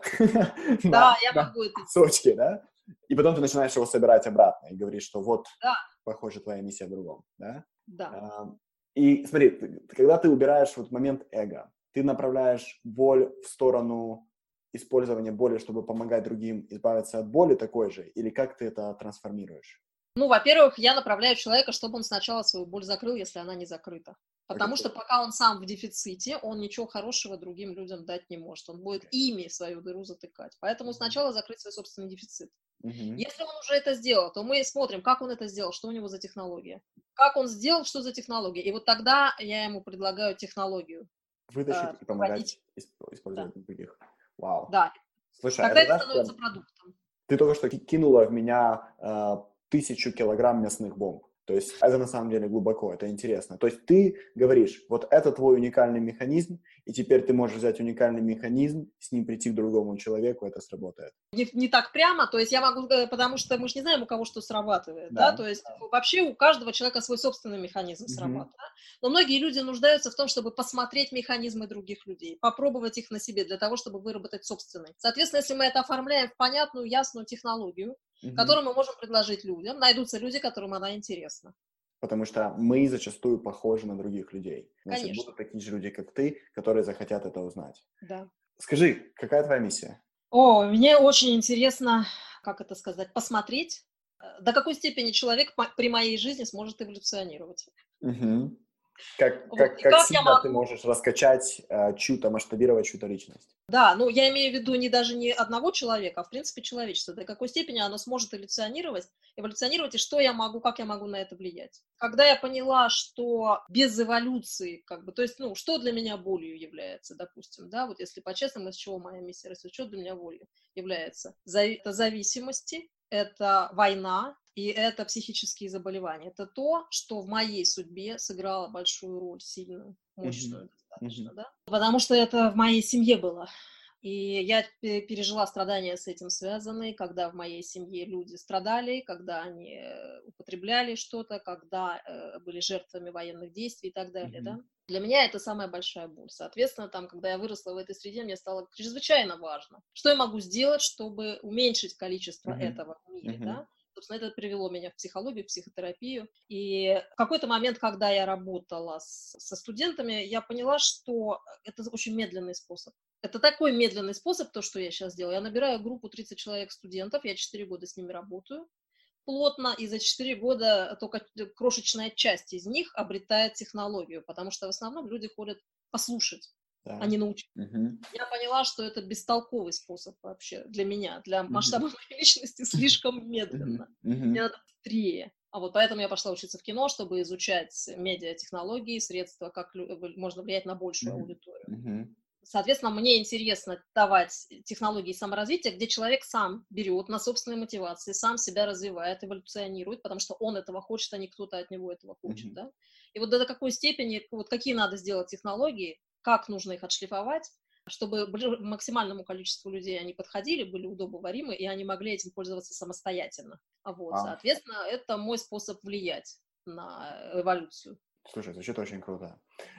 Да, на, я на могу это делать. кусочки, да? И потом ты начинаешь его собирать обратно и говоришь, что вот, Да, похоже, твоя миссия в другом, да? да. Ам, И смотри, ты- ты- когда ты убираешь вот момент эго, ты направляешь боль в сторону использования боли, чтобы помогать другим избавиться от боли такой же, или как ты это трансформируешь? Ну, во-первых, я направляю человека, чтобы он сначала свою боль закрыл, если она не закрыта. Потому что Окей, пока он сам в дефиците, он ничего хорошего другим людям дать не может. Он будет окей. ими свою дыру затыкать. Поэтому Мгм. сначала закрыть свой собственный дефицит. Мгм. Если он уже это сделал, то мы смотрим, как он это сделал, что у него за технология. Как он сделал, что за технология. И вот тогда я ему предлагаю технологию э, Вытащить и проводить. помогать исп- Да, использовать других. Вау. да. Слушай, Тогда это это знаешь, становится прям, продуктом. ты только что ки- кинула в меня э, тысячу килограмм мясных бомб. То есть это на самом деле глубоко, это интересно. То есть ты говоришь, вот это твой уникальный механизм, и теперь ты можешь взять уникальный механизм, с ним прийти к другому человеку, это сработает. Не, не так прямо, то есть я могу, э, потому что мы же не знаем, у кого что срабатывает, да, Да. то есть вообще у каждого человека свой собственный механизм Мгм. срабатывает, да? Но многие люди нуждаются в том, чтобы посмотреть механизмы других людей, попробовать их на себе для того, чтобы выработать собственный. Соответственно, если мы это оформляем в понятную, ясную технологию, Мгм. которую мы можем предложить людям, найдутся люди, которым она интересна. Потому что мы зачастую похожи на других людей. Значит, Конечно, будут такие же люди, как ты, которые захотят это узнать. да. Скажи, какая твоя миссия? О, мне очень интересно, как это сказать, посмотреть, э, до какой степени человек мо- при моей жизни сможет эволюционировать. Мгм. Как, Вот. как, И как как я сильно ты могу. можешь раскачать э, чью-то, масштабировать чью-то личность? Да, ну я имею в виду не даже не одного человека, а в принципе человечество. До какой степени оно сможет эволюционировать, эволюционировать, и что я могу, как я могу на это влиять. Когда я поняла, что без эволюции, как бы, то есть, ну, что для меня болью является, допустим, да, вот если по-честному, из чего моя миссия растет, что для меня болью является? Зави- Это зависимости, это война, и это психические заболевания. Это то, что в моей судьбе сыграло большую роль, сильную, Мгм. мощную достаточно, Мгм. да. Потому что это в моей семье было. И я пе- пережила страдания с этим связанные, когда в моей семье люди страдали, когда они э, употребляли что-то, когда э, были жертвами военных действий и так далее, да. Мгм. Для меня это самая большая боль. Соответственно, там, когда я выросла в этой среде, мне стало чрезвычайно важно, что я могу сделать, чтобы уменьшить количество Мгм. этого в мире, Мгм. да. Собственно, это привело меня в психологию, в психотерапию. И в какой-то момент, когда я работала с- со студентами, я поняла, что это очень медленный способ. Это такой медленный способ, то, что я сейчас делаю. Я набираю группу тридцать человек студентов, я четыре года с ними работаю. плотно, и за четыре года только крошечная часть из них обретает технологию, потому что в основном люди ходят послушать, Да. а не научить. Мгм. Я поняла, что это бестолковый способ вообще для меня, для Мгм. масштаба моей личности слишком медленно. Мгм. Мгм. Мне надо быстрее. А вот поэтому я пошла учиться в кино, чтобы изучать медиатехнологии, средства, как лю- э, можно влиять на большую Мгм. аудиторию. Мгм. Соответственно, мне интересно давать технологии саморазвития, где человек сам берет на собственной мотивации, сам себя развивает, эволюционирует, потому что он этого хочет, а не кто-то от него этого хочет. Мгм. Да? И вот до какой степени, вот какие надо сделать технологии, как нужно их отшлифовать, чтобы бли- максимальному количеству людей они подходили, были удобоваримы, и они могли этим пользоваться самостоятельно. А вот, А, соответственно, это мой способ влиять на эволюцию. Слушай, звучит очень круто.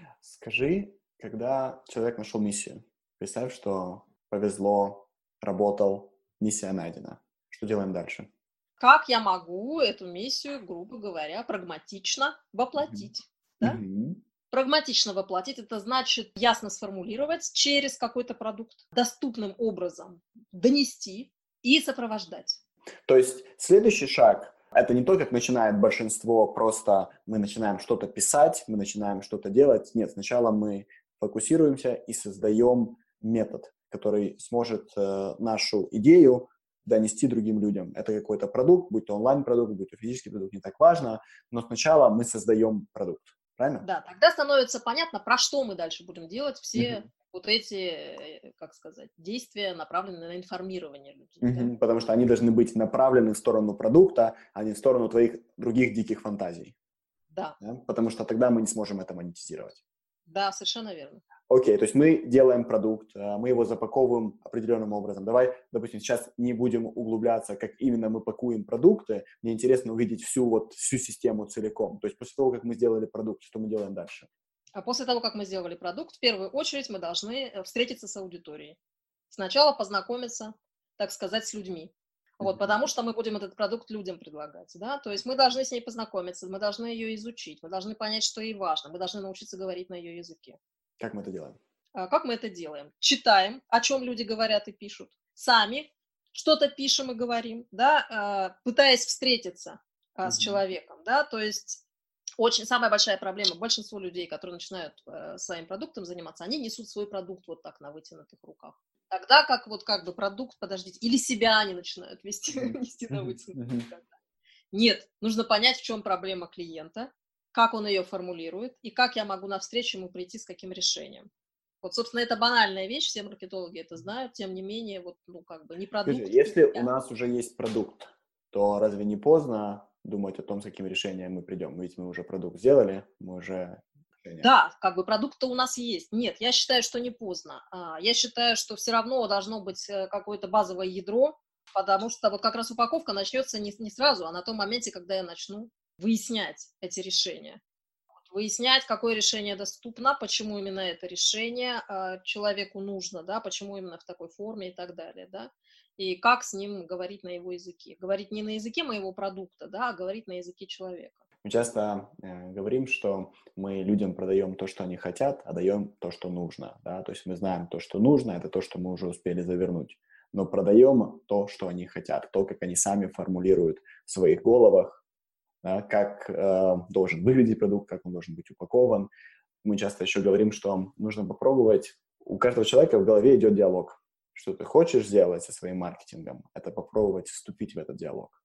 Скажи, когда человек нашел миссию, представь, что повезло, работал, миссия найдена. Что делаем дальше? Как я могу эту миссию, грубо говоря, прагматично Мгм. воплотить? Да? Мгм. Прагматично воплотить — это значит ясно сформулировать через какой-то продукт, доступным образом донести и сопровождать. То есть следующий шаг — это не то, как начинает большинство, просто мы начинаем что-то писать, мы начинаем что-то делать. Нет, сначала мы фокусируемся и создаем метод, который сможет э, нашу идею донести другим людям. Это какой-то продукт, будь то онлайн-продукт, будь то физический продукт, не так важно, но сначала мы создаем продукт. Правильно? Да, тогда становится понятно, про что мы дальше будем делать все Мгм. вот эти, э, как сказать, действия, направленные на информирование людей. Да? Мгм. Потому что они должны быть направлены в сторону продукта, а не в сторону твоих других диких фантазий. Да, Да? Потому что тогда мы не сможем это монетизировать. да, совершенно верно. Окей, то есть мы делаем продукт, э, мы его запаковываем определенным образом. Давай, допустим, сейчас не будем углубляться, как именно мы пакуем продукты. Мне интересно увидеть всю вот всю систему целиком. То есть после того, как мы сделали продукт, что мы делаем дальше? А после того, как мы сделали продукт, в первую очередь мы должны э, встретиться с аудиторией. Сначала познакомиться, так сказать, с людьми. Вот, Мгм. потому что мы будем этот продукт людям предлагать, да, то есть мы должны с ней познакомиться, мы должны ее изучить, мы должны понять, что ей важно, мы должны научиться говорить на ее языке. Как мы это делаем? А как мы это делаем? Читаем, о чем люди говорят и пишут, сами что-то пишем и говорим, да, а, пытаясь встретиться а, с Мгм. человеком, да, то есть очень самая большая проблема, большинство людей, которые начинают э, своим продуктом заниматься, они несут свой продукт вот так на вытянутых руках. Тогда как вот как бы продукт, подождите, или себя они начинают вести, Мгм. нести на Мгм. вытянутых Мгм. руках. Нет, нужно понять, в чем проблема клиента, как он ее формулирует, и как я могу навстречу ему прийти с каким решением. Вот, собственно, это банальная вещь, все маркетологи это знают, тем не менее, вот, ну, как бы, не Скажи, продукт. если у Я. нас уже есть продукт, то разве не поздно думать о том, с каким решением мы придем? Ведь мы уже продукт сделали, мы уже... решение. Да, как бы продукт-то у нас есть. Нет, я считаю, что не поздно. А, Я считаю, что все равно должно быть э, какое-то базовое ядро, потому что вот как раз упаковка начнется не, не сразу, а на том моменте, когда я начну выяснять эти решения. Выяснять, какое решение доступно, почему именно это решение э, человеку нужно, да, почему именно в такой форме и так далее, да, и как с ним говорить на его языке. Говорить не на языке моего продукта, да, а говорить на языке человека. Мы часто э, говорим, что мы людям продаем то, что они хотят, а даем то, что нужно. Да? То есть мы знаем то, что нужно, это то, что мы уже успели завернуть. Но продаем то, что они хотят, то, как они сами формулируют в своих головах, да, как э, должен выглядеть продукт, как он должен быть упакован. Мы часто еще говорим, что нужно попробовать. У каждого человека в голове идет диалог. Что ты хочешь сделать со своим маркетингом, это попробовать вступить в этот диалог.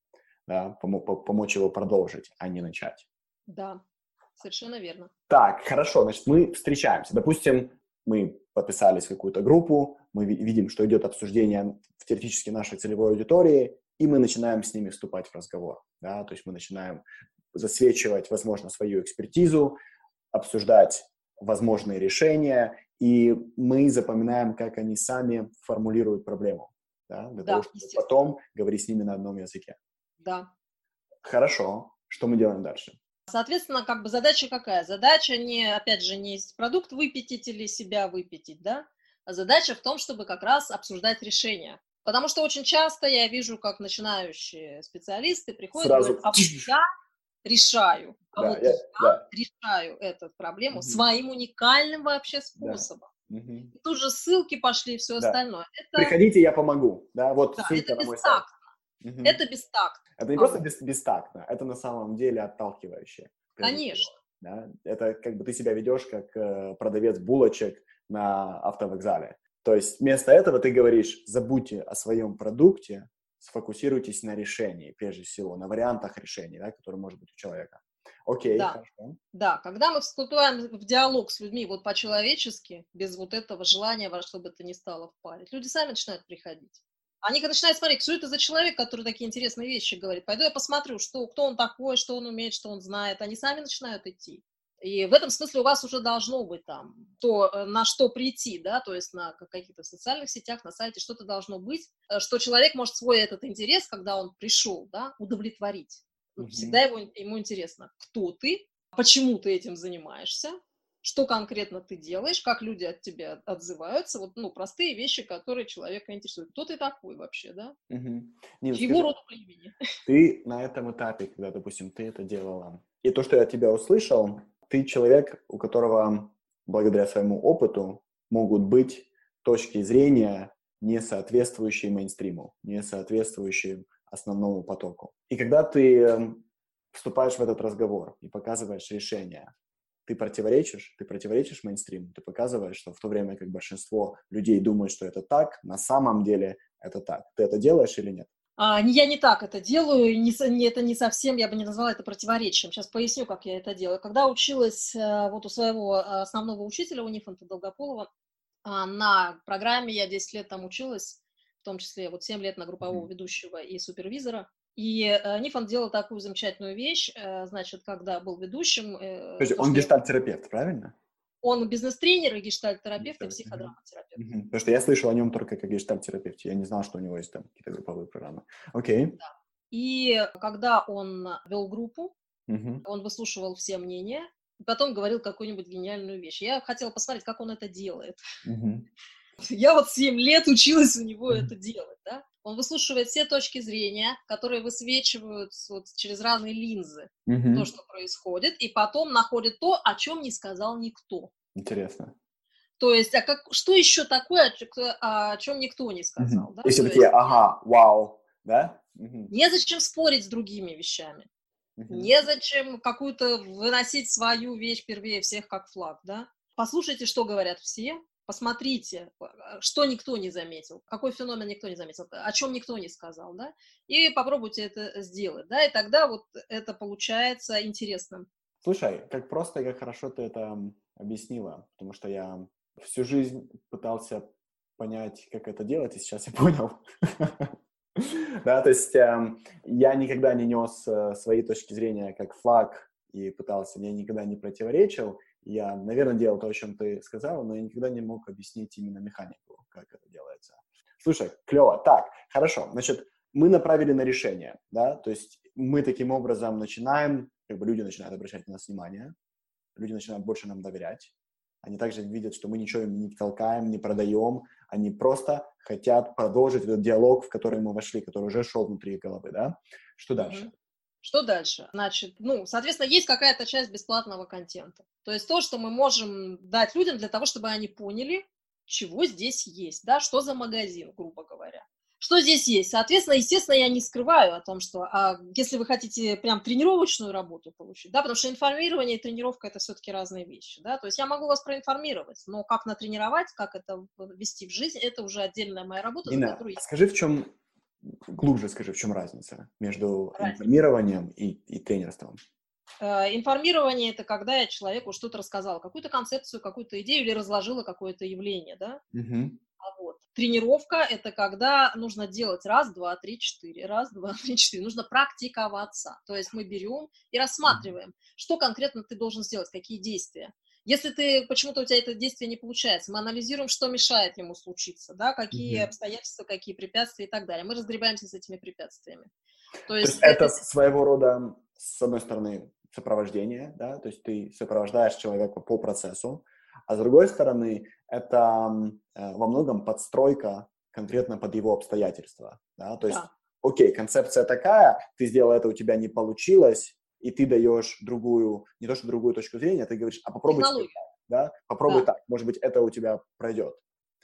Да, помо- по- помочь его продолжить, а не начать. Да, совершенно верно. Так, хорошо, значит, мы встречаемся. Допустим, мы подписались в какую-то группу, мы ви- видим, что идет обсуждение в теоретически нашей целевой аудитории, и мы начинаем с ними вступать в разговор. Да? То есть мы начинаем засвечивать, возможно, свою экспертизу, обсуждать возможные решения, и мы запоминаем, как они сами формулируют проблему, да? Для того, Да, чтобы естественно. потом говорить с ними на одном языке. Да. Хорошо, что мы делаем дальше? Соответственно, как бы задача какая? Задача не, опять же, не продукт выпятить или себя выпятить, да? А задача в том, чтобы как раз обсуждать решения. Потому что очень часто я вижу, как начинающие специалисты приходят и Сразу. говорят, а вот я решаю, а Да, вот я, я да. решаю эту проблему Мгм. своим уникальным вообще Да. способом. Мгм. И тут же ссылки пошли и все Да. остальное. Это, Приходите, я помогу. Да, вот да, ссылка это на мой сайт. бестактно. Мгм. Это бестактно. Это не А просто вот. бес- бестактно, это на самом деле отталкивающе. Прежде всего, Конечно. да? Это как бы ты себя ведешь как э, продавец булочек на автовокзале. То есть вместо этого ты говоришь, забудьте о своем продукте, сфокусируйтесь на решении, прежде всего, на вариантах решений, да, которые может быть у человека. Окей, Да. хорошо. Да, когда мы вступаем в диалог с людьми вот по-человечески, без вот этого желания во что бы то ни стало впарить, люди сами начинают приходить. Они когда начинают смотреть, что это за человек, который такие интересные вещи говорит. Пойду я посмотрю, что, кто он такой, что он умеет, что он знает. Они сами начинают идти. И в этом смысле у вас уже должно быть там то, э, на что прийти, да, то есть на ка- каких-то социальных сетях, на сайте что-то должно быть, э, что человек может свой этот интерес, когда он пришел, да, удовлетворить. Ну, Мгм. всегда его, ему интересно, кто ты, почему ты этим занимаешься, что конкретно ты делаешь, как люди от тебя отзываются, вот, ну, простые вещи, которые человека интересуют. Кто ты такой вообще, да? Мгм. Нина, Чьего скажи, рода племени? ты на этом этапе, когда, допустим, ты это делала, и то, что я от тебя услышал, ты человек, у которого благодаря своему опыту могут быть точки зрения, не соответствующие мейнстриму, не соответствующие основному потоку. И когда ты эм, вступаешь в этот разговор и показываешь решение, ты противоречишь, ты противоречишь мейнстриму, ты показываешь, что в то время как большинство людей думают, что это так, на самом деле это так. Ты это делаешь или нет? А, не- я не так это делаю, и не, со- не- это не совсем, я бы не назвала это противоречием. Сейчас поясню, как я это делаю. Когда училась э, вот у своего э, основного учителя, у Нифонта Долгополова, а, на программе я десять лет там училась, в том числе вот семь лет на группового Мгм. ведущего и супервизора. И э, Нифонт делал такую замечательную вещь, э, значит, когда был ведущим, То э, есть то, он что я... гештальт-терапевт, правильно? Он бизнес-тренер, и гештальт-терапевт, и Гештальт. Мгм. психодраматерапевт. Мгм. Потому что я слышал о нем только как гештальт-терапевте. Я не знал, что у него есть там какие-то групповые программы. Окей. И когда он вел группу, Мгм. он выслушивал все мнения, и потом говорил какую-нибудь гениальную вещь. Я хотела посмотреть, как он это делает. Мгм. Я вот семь лет училась у него Мгм. это делать, да. Он выслушивает все точки зрения, которые высвечивают вот через разные линзы то, Мгм. что происходит, и потом находит то, о чем не сказал никто. Интересно. То есть, а как, что еще такое, о чё- кто- о чем никто не Мгм. сказал, да? И все То такие, есть ага, вау, да? Мгм. незачем спорить с другими вещами. Мгм. Незачем какую-то выносить свою вещь первее всех, как флаг, да? Послушайте, что говорят все, посмотрите, а, что никто не заметил, какой феномен никто не заметил, о чем никто не сказал, да, и попробуйте это сделать, да, и тогда вот это получается интересным. Слушай, как просто и как хорошо ты это м, объяснила, потому что я всю жизнь пытался понять, как это делать, и сейчас я понял. Да, то есть эм, я никогда не нес э, свои точки зрения как флаг и пытался, я никогда не противоречил. Я, наверное, делал то, о чем ты сказала, но я никогда не мог объяснить именно механику, как это делается. Слушай, клево. Так, хорошо. Значит, мы направили на решение, да, то есть мы таким образом начинаем, как бы люди начинают обращать на нас внимание, люди начинают больше нам доверять. Они также видят, что мы ничего им не толкаем, не продаем. Они просто хотят продолжить этот диалог, в который мы вошли, который уже шел внутри их головы, да? Что дальше? Мгм. Что дальше? Значит, ну, соответственно, есть какая-то часть бесплатного контента. То есть то, что мы можем дать людям для того, чтобы они поняли, чего здесь есть, да, что за магазин, грубо говоря. Что здесь есть? Соответственно, естественно, я не скрываю о том, что а, если вы хотите прям тренировочную работу получить, да, потому что информирование и тренировка – это все-таки разные вещи, да, то есть я могу вас проинформировать, но как натренировать, как это ввести в жизнь – это уже отдельная моя работа, за Нина, которую а скажи, в чем, глубже скажи, в чем разница между есть информированием и, и тренерством? Э, информирование – это когда я человеку что-то рассказала, какую-то концепцию, какую-то идею или разложила какое-то явление, да. Мгм. А вот. Тренировка – это когда нужно делать раз, два, три, четыре, раз, два, три, четыре. Нужно практиковаться. То есть мы берем и рассматриваем, что конкретно ты должен сделать, какие действия. Если ты, почему-то у тебя это действие не получается, мы анализируем, что мешает ему случиться, да, какие Мгм. обстоятельства, какие препятствия и так далее. Мы разгребаемся с этими препятствиями. То То есть есть это это своего рода, с одной стороны, сопровождение, да, то есть ты сопровождаешь человека по процессу, а с другой стороны, это м, э, во многом подстройка конкретно под его обстоятельства, да, то есть, да, окей, концепция такая, ты сделал это, у тебя не получилось, и ты даешь другую, не то что другую точку зрения, ты говоришь, а попробуй теперь технология, так, да, попробуй да. так, может быть, это у тебя пройдет.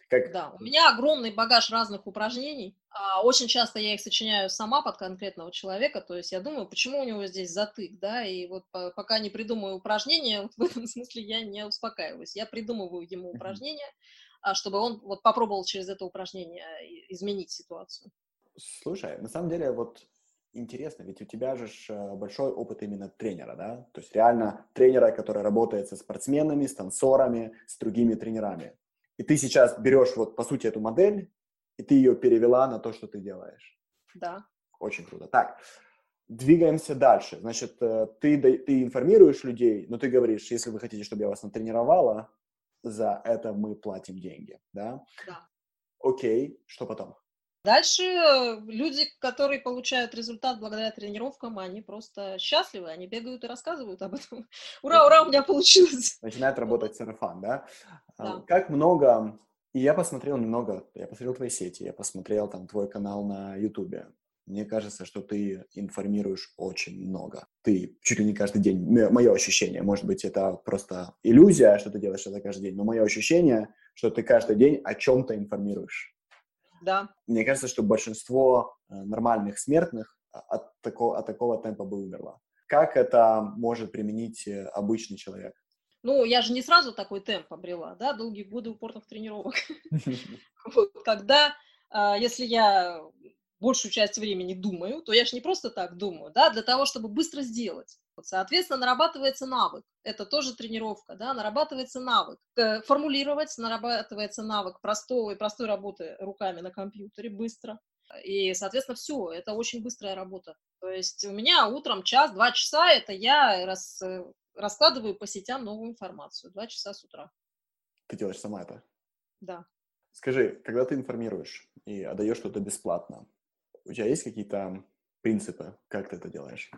Как... Да, у меня огромный багаж разных упражнений. А, Очень часто я их сочиняю сама под конкретного человека. То есть я думаю, почему у него здесь затык, да, и вот по- пока не придумаю упражнение, вот в этом смысле я не успокаиваюсь. Я придумываю ему Мгм. упражнение, а, чтобы он вот попробовал через это упражнение и- изменить ситуацию. Слушай, на самом деле вот интересно, ведь у тебя же ж, э, большой опыт именно тренера, да? То есть реально тренера, который работает со спортсменами, с танцорами, с другими тренерами. И ты сейчас берешь вот по сути эту модель, и ты ее перевела на то, что ты делаешь. Да. Очень круто. Так, двигаемся дальше. Значит, э, ты, да- ты информируешь людей, но ты говоришь, если вы хотите, чтобы я вас натренировала, за это мы платим деньги, да? Да. Окей, что потом? Дальше э, люди, которые получают результат благодаря тренировкам, они просто счастливы, они бегают и рассказывают об этом. Ура, ура, у меня получилось! Начинает Вот, работать сарафан, да? А, да. Как много... И я посмотрел немного, я посмотрел твои сети, я посмотрел там твой канал на Ютубе. Мне кажется, что ты информируешь очень много. Ты чуть ли не каждый день, мое ощущение, может быть, это просто иллюзия, что ты делаешь это каждый день, но мое ощущение, что ты каждый день о чем-то информируешь. Да. Мне кажется, что большинство э, нормальных смертных от такого, от такого темпа бы умерло. Как это может применить э, обычный человек? Ну, я же не сразу такой темп обрела, да, долгие годы упорных тренировок. Вот, когда, а, если я большую часть времени думаю, то я же не просто так думаю, да, для того, чтобы быстро сделать. Вот, соответственно, нарабатывается навык. Это тоже тренировка, да, нарабатывается навык. Э, Формулировать, нарабатывается навык простого и простой работы руками на компьютере быстро. И, соответственно, все, это очень быстрая работа. То есть у меня утром час-два часа, это я рас, э, раскладываю по сетям новую информацию. Два часа с утра, Ты делаешь сама это. да. Скажи, когда ты информируешь и отдаешь что-то бесплатно, у тебя есть какие-то принципы, как ты это делаешь?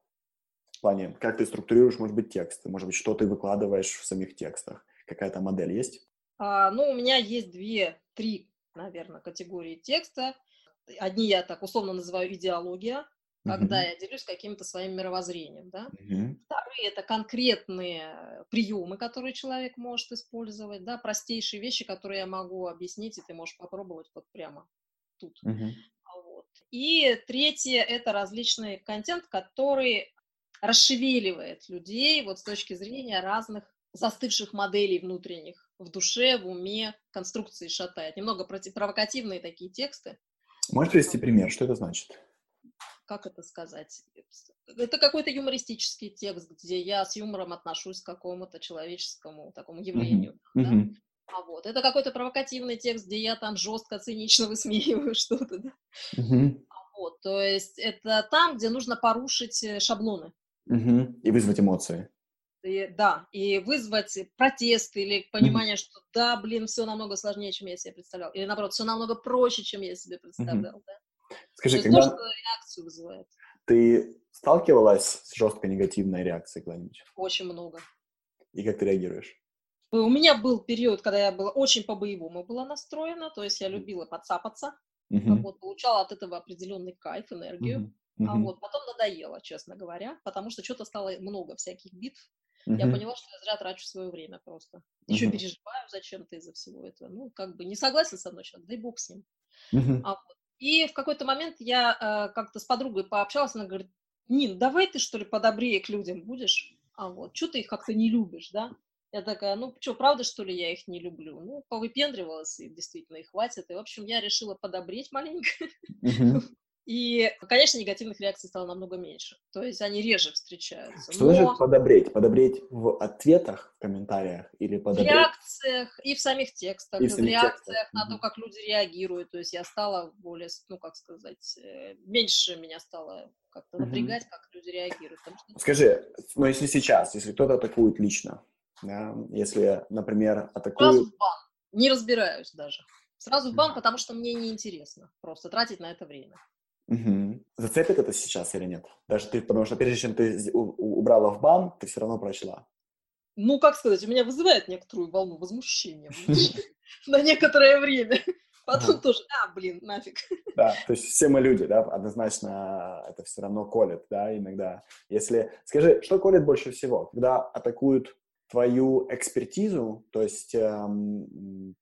В плане, как ты структурируешь, может быть, тексты, может быть, что ты выкладываешь в самих текстах? Какая-то модель есть? А, ну, у меня есть две-три, наверное, категории текста. Одни я так условно называю идеология, когда Мгм. я делюсь каким-то своим мировоззрением, да. Мгм. Вторые — это конкретные приемы, которые человек может использовать, да, простейшие вещи, которые я могу объяснить, и ты можешь попробовать вот прямо тут. Мгм. А, вот. И третье — это различный контент, который расшевеливает людей вот с точки зрения разных застывших моделей внутренних в душе, в уме, конструкции шатает. Немного проти- провокативные такие тексты. Можешь привести пример? Что это значит? Как это сказать? Это какой-то юмористический текст, где я с юмором отношусь к какому-то человеческому такому Мгм. явлению. Да? Мгм. А вот. Это какой-то провокативный текст, где я там жестко, цинично высмеиваю что-то. Да? Мгм. Вот. То есть это там, где нужно порушить э, шаблоны. Мгм. И вызвать эмоции. И, да, и вызвать протест или Мгм. понимание, что да, блин, все намного сложнее, чем я себе представлял. Или наоборот, все намного проще, чем я себе Мгм. представлял. Да? То Скажи, есть то, что когда реакцию вызывает, ты сталкивалась с жестко негативной реакцией когда-нибудь? очень много. И как ты реагируешь? У меня был период, когда я была очень по-боевому была настроена, то есть я Мгм. любила подцапаться, а Мгм. вот, получала от этого определенный кайф, энергию. Мгм. А Мгм. вот потом надоело, честно говоря, потому что что-то стало много всяких битв. Я Мгм. поняла, что я зря трачу свое время просто. Еще Мгм. переживаю зачем-то из-за всего этого. Ну, как бы не согласен со мной человек, дай бог с ним. Мгм. А вот. И в какой-то момент я э, как-то с подругой пообщалась, она говорит: Нин, давай ты, что ли, подобрее к людям будешь? А вот, что ты их как-то не любишь, да? Я такая: ну, что, правда, что ли, я их не люблю? Ну, повыпендривалась, и действительно, и хватит. И, в общем, я решила подобреть маленько. Мгм. И, конечно, негативных реакций стало намного меньше. То есть они реже встречаются. Что значит Но подобреть? Подобреть в ответах, в комментариях или в подобреть реакциях, и в самих и текстах, в и в самих текстах? реакциях на то, Мгм. как люди реагируют. То есть я стала более, с- ну, как сказать, э, меньше меня стало как-то Мгм. напрягать, как люди реагируют. Потому что Скажи, но если сейчас, если кто-то атакует лично, да, если, например, сразу атакуют... в бан, не разбираюсь даже. Сразу в бан, Мгм. потому что мне неинтересно просто тратить на это время. Мгм. Зацепит это сейчас или нет? Даже ты, потому что прежде чем ты з- у- у- убрала в бан, ты все равно прочла. Ну, как сказать, у меня вызывает некоторую волну возмущения внутри на некоторое время. Потом Ага. тоже: а, блин, нафиг. Да, то есть все мы люди, да, однозначно это все равно колет, да, иногда. Если, скажи, что колет больше всего, когда атакуют твою экспертизу, то есть эм,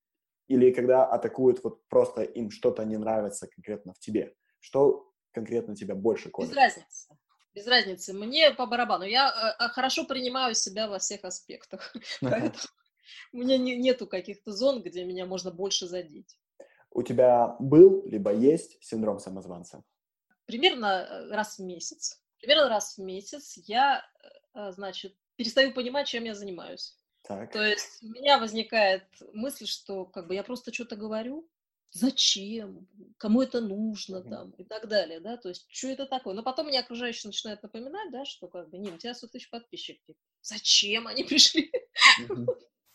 или когда атакуют, вот просто им что-то не нравится конкретно в тебе? Что конкретно тебя больше колет? Без разницы. Без разницы. Мне по барабану. Я э, хорошо принимаю себя во всех аспектах. Поэтому у меня не, нету каких-то зон, где меня можно больше задеть. У тебя был, либо есть синдром самозванца? Примерно раз в месяц. Примерно раз в месяц я, значит, перестаю понимать, чем я занимаюсь. Так. То есть у меня возникает мысль, что как бы я просто что-то говорю, зачем, кому это нужно Мгм. там и так далее, да, то есть что это такое. Но потом мне окружающие начинают напоминать, да, что как бы, не, у тебя сто тысяч подписчиков. Зачем они пришли? Мгм.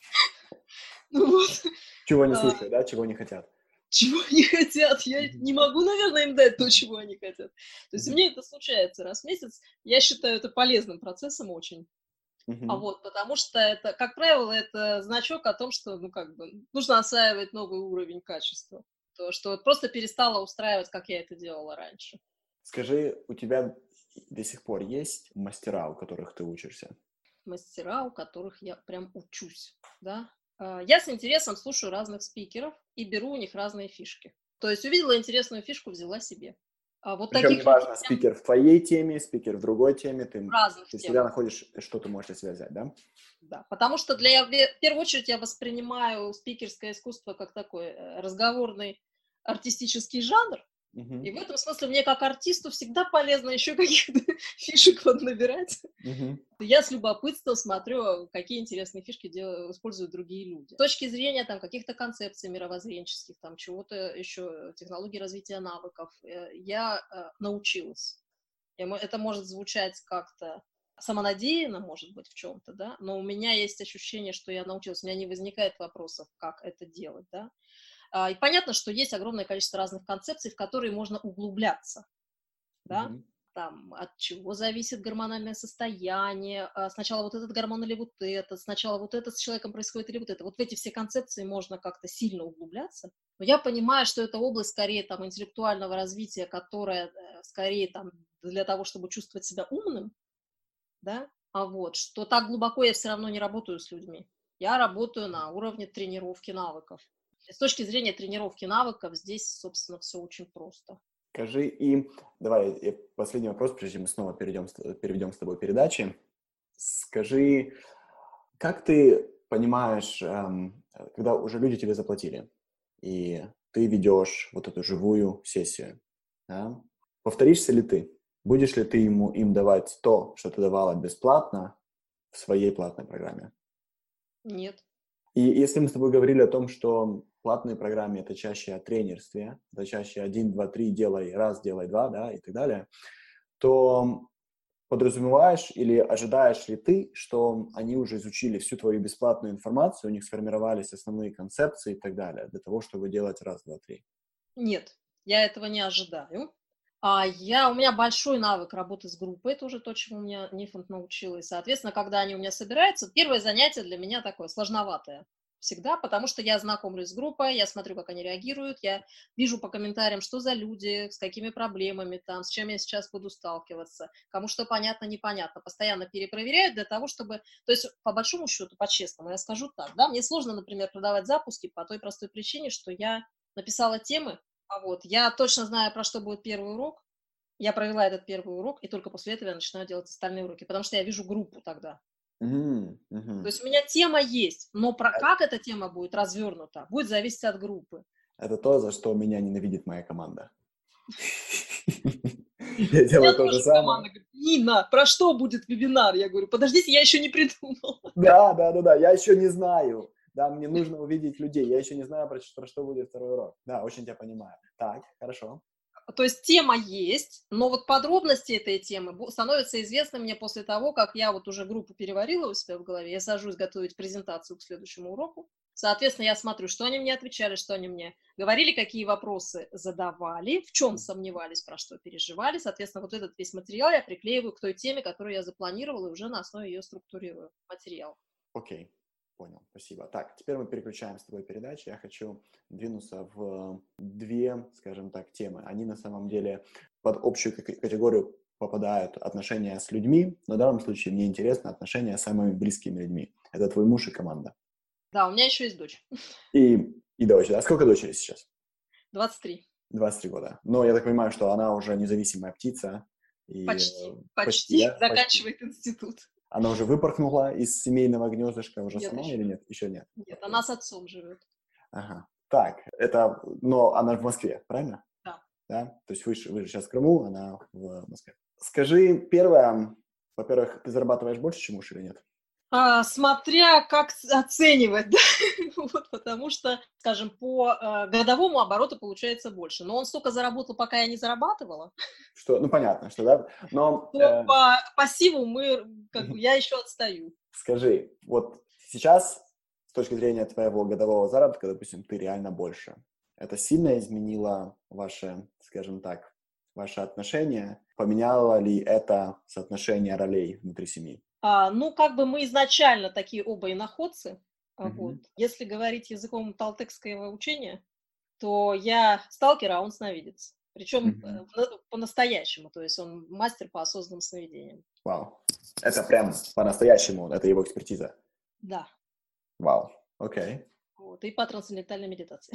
Ну вот. Чего не А, слушают, да, чего не хотят. Чего они хотят? Я Мгм. не могу, наверное, им дать то, чего они хотят. То есть Мгм. мне это случается раз в месяц. Я считаю это полезным процессом очень. А Мгм. вот, потому что это, как правило, это значок о том, что, ну, как бы, нужно осваивать новый уровень качества. То, что вот просто перестала устраивать, как я это делала раньше. Скажи, у тебя до сих пор есть мастера, у которых ты учишься? Мастера, у которых я прям учусь, да. А, Я с интересом слушаю разных спикеров и беру у них разные фишки. То есть увидела интересную фишку, взяла себе. А вот Причем таких людей неважно, спикер в твоей теме, спикер в другой теме, в ты, разных ты всегда темах. находишь, что ты можешь связать, да? Да, потому что для, в первую очередь я воспринимаю спикерское искусство как такой э, разговорный артистический жанр, и Мгм. в этом смысле мне как артисту всегда полезно еще каких-то фишек поднабирать. Мгм. Я с любопытством смотрю, какие интересные фишки делают, используют другие люди. С точки зрения там, каких-то концепций мировоззренческих, там, чего-то еще, технологий развития навыков, э, я э, научилась. И мо- Это может звучать как-то самонадеянно, может быть, в чем-то, да, но у меня есть ощущение, что я научилась, у меня не возникает вопросов, как это делать, да. А, И понятно, что есть огромное количество разных концепций, в которые можно углубляться, да, Мгм. там, от чего зависит гормональное состояние, а, сначала вот этот гормон или вот этот, сначала вот это с человеком происходит или вот это. Вот в эти все концепции можно как-то сильно углубляться, но я понимаю, что это область скорее там интеллектуального развития, которая э, скорее там для того, чтобы чувствовать себя умным, да, а вот, что так глубоко я все равно не работаю с людьми. Я работаю на уровне тренировки навыков. И с точки зрения тренировки навыков здесь, собственно, все очень просто. Скажи, и давай я последний вопрос, прежде чем мы снова перейдем, с- переведем с тобой передачи. Скажи, как ты понимаешь, эм, когда уже люди тебе заплатили, и ты ведешь вот эту живую сессию, да? Повторишься ли ты? Будешь ли ты ему, им давать то, что ты давала бесплатно в своей платной программе? Нет. И если мы с тобой говорили о том, что платные программы это чаще о тренерстве, это чаще один, два, три, делай раз, делай два, да, и так далее, то подразумеваешь или ожидаешь ли ты, что они уже изучили всю твою бесплатную информацию, у них сформировались основные концепции и так далее, для того, чтобы делать раз, два, три? Нет, я этого не ожидаю. А я, у меня большой навык работы с группой, это уже то, чему меня Нифонт научила. И, соответственно, когда они у меня собираются, первое занятие для меня такое сложноватое всегда, потому что я знакомлюсь с группой, я смотрю, как они реагируют, я вижу по комментариям, что за люди, с какими проблемами там, с чем я сейчас буду сталкиваться, кому что понятно, непонятно. Постоянно перепроверяю для того, чтобы... То есть, по большому счету, по-честному, я скажу так, да, мне сложно, например, продавать запуски по той простой причине, что я написала темы, а вот я точно знаю, про что будет первый урок. Я провела этот первый урок, и только после этого я начинаю делать остальные уроки, потому что я вижу группу тогда. Мгм, То мгм. есть у меня тема есть, но про как эта тема будет развернута, будет зависеть от группы. Это то, за что меня ненавидит моя команда. Я У меня делаю то же тоже самое. команда говорит: Нина, про что будет вебинар? Я говорю: подождите, я еще не придумала. Да, да, да, да, я еще не знаю. Да, мне нужно увидеть людей. Я еще не знаю, про, про что будет второй урок. Да, очень тебя понимаю. Так, хорошо. То есть тема есть, но вот подробности этой темы бу- становятся известны мне после того, как я вот уже группу переварила у себя в голове, я сажусь готовить презентацию к следующему уроку. Соответственно, я смотрю, что они мне отвечали, что они мне говорили, какие вопросы задавали, в чем сомневались, про что переживали. Соответственно, вот этот весь материал я приклеиваю к той теме, которую я запланировала, и уже на основе ее структурирую материал. Окей, понял, спасибо. Так, теперь мы переключаем с тобой передачи. Я хочу двинуться в две, скажем так, темы. Они на самом деле под общую к- категорию попадают отношения с людьми, но в данном случае мне интересно отношения с самыми близкими людьми. Это твой муж и команда. Да, у меня еще есть дочь. И И дочь, да? Сколько дочери сейчас? двадцать три. двадцать три года. Но я так понимаю, что она уже независимая птица. И Почти, почти, почти. да? Заканчивает Почти. институт. Она уже выпорхнула из семейного гнездышка уже Нет, сама еще. или нет? Еще нет. Нет, она с отцом живет. Ага. Так, это, но она в Москве, правильно? Да. Да? То есть вы, вы же сейчас в Крыму, она в Москве. Скажи, первое, во-первых, ты зарабатываешь больше, чем муж или нет? А, смотря как оценивать, да? Вот, потому что, скажем, по э, годовому обороту получается больше. Но он столько заработал, пока я не зарабатывала. Что, ну, понятно, что, да? Но... То Э, по пассиву мы, как бы, я еще отстаю. скажи, вот сейчас, с точки зрения твоего годового заработка, допустим, ты реально больше. Это сильно изменило ваше, скажем так, ваши отношения? Поменяло ли это соотношение ролей внутри семьи? А, ну, как бы мы изначально такие оба иноходцы. А, Мгм. вот. Если говорить языком талтекского учения, то я сталкер, а он сновидец. Причем Мгм. э, в на- по-настоящему, то есть он мастер по осознанным сновидениям. Вау. Это прям по-настоящему, это его экспертиза. Да. Вау. Окей. Вот. И по трансцендентальной медитации.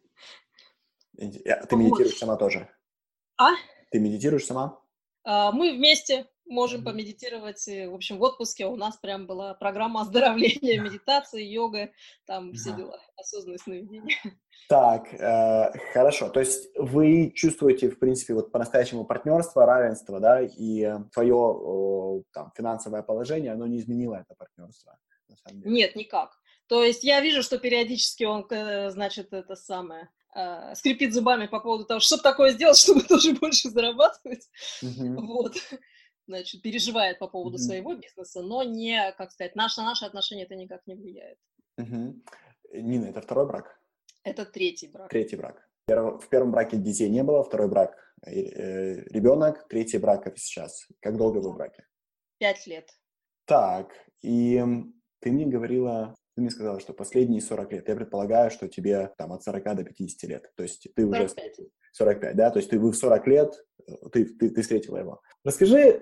Инте- я- Ты Вот. медитируешь сама тоже? А? Ты медитируешь сама? А, Мы вместе можем Мгм. помедитировать. и, В общем, в отпуске у нас прям была программа оздоровления, медитации, йога, там все Ага. дела, осознанное сновидение. Так, э, хорошо. То есть вы чувствуете, в принципе, вот по-настоящему партнерство, равенство, да, и э, твое о, там, финансовое положение, оно не изменило это партнерство, на самом деле. Нет, никак. То есть я вижу, что периодически он, э, значит, это самое, э, скрипит зубами по поводу того, что такое сделать, чтобы тоже больше зарабатывать. Мгм. Вот. Значит, переживает по поводу Мгм. своего бизнеса, но не, как сказать, наш, на наши отношения это никак не влияет. Мгм. Нина, это второй брак? Это третий брак. Третий брак. Перво- В первом браке детей не было, второй брак э, э, ребенок, третий брак это сейчас. Как долго вы в браке? Пять лет. Так, и м, ты мне говорила, ты мне сказала, что последние сорок лет. Я предполагаю, что тебе там от сорока до пятидесяти лет. То есть ты уже сорок пять. сорок пять, да? То есть ты вы в сорок лет, э, ты, ты, ты встретила его. Расскажи,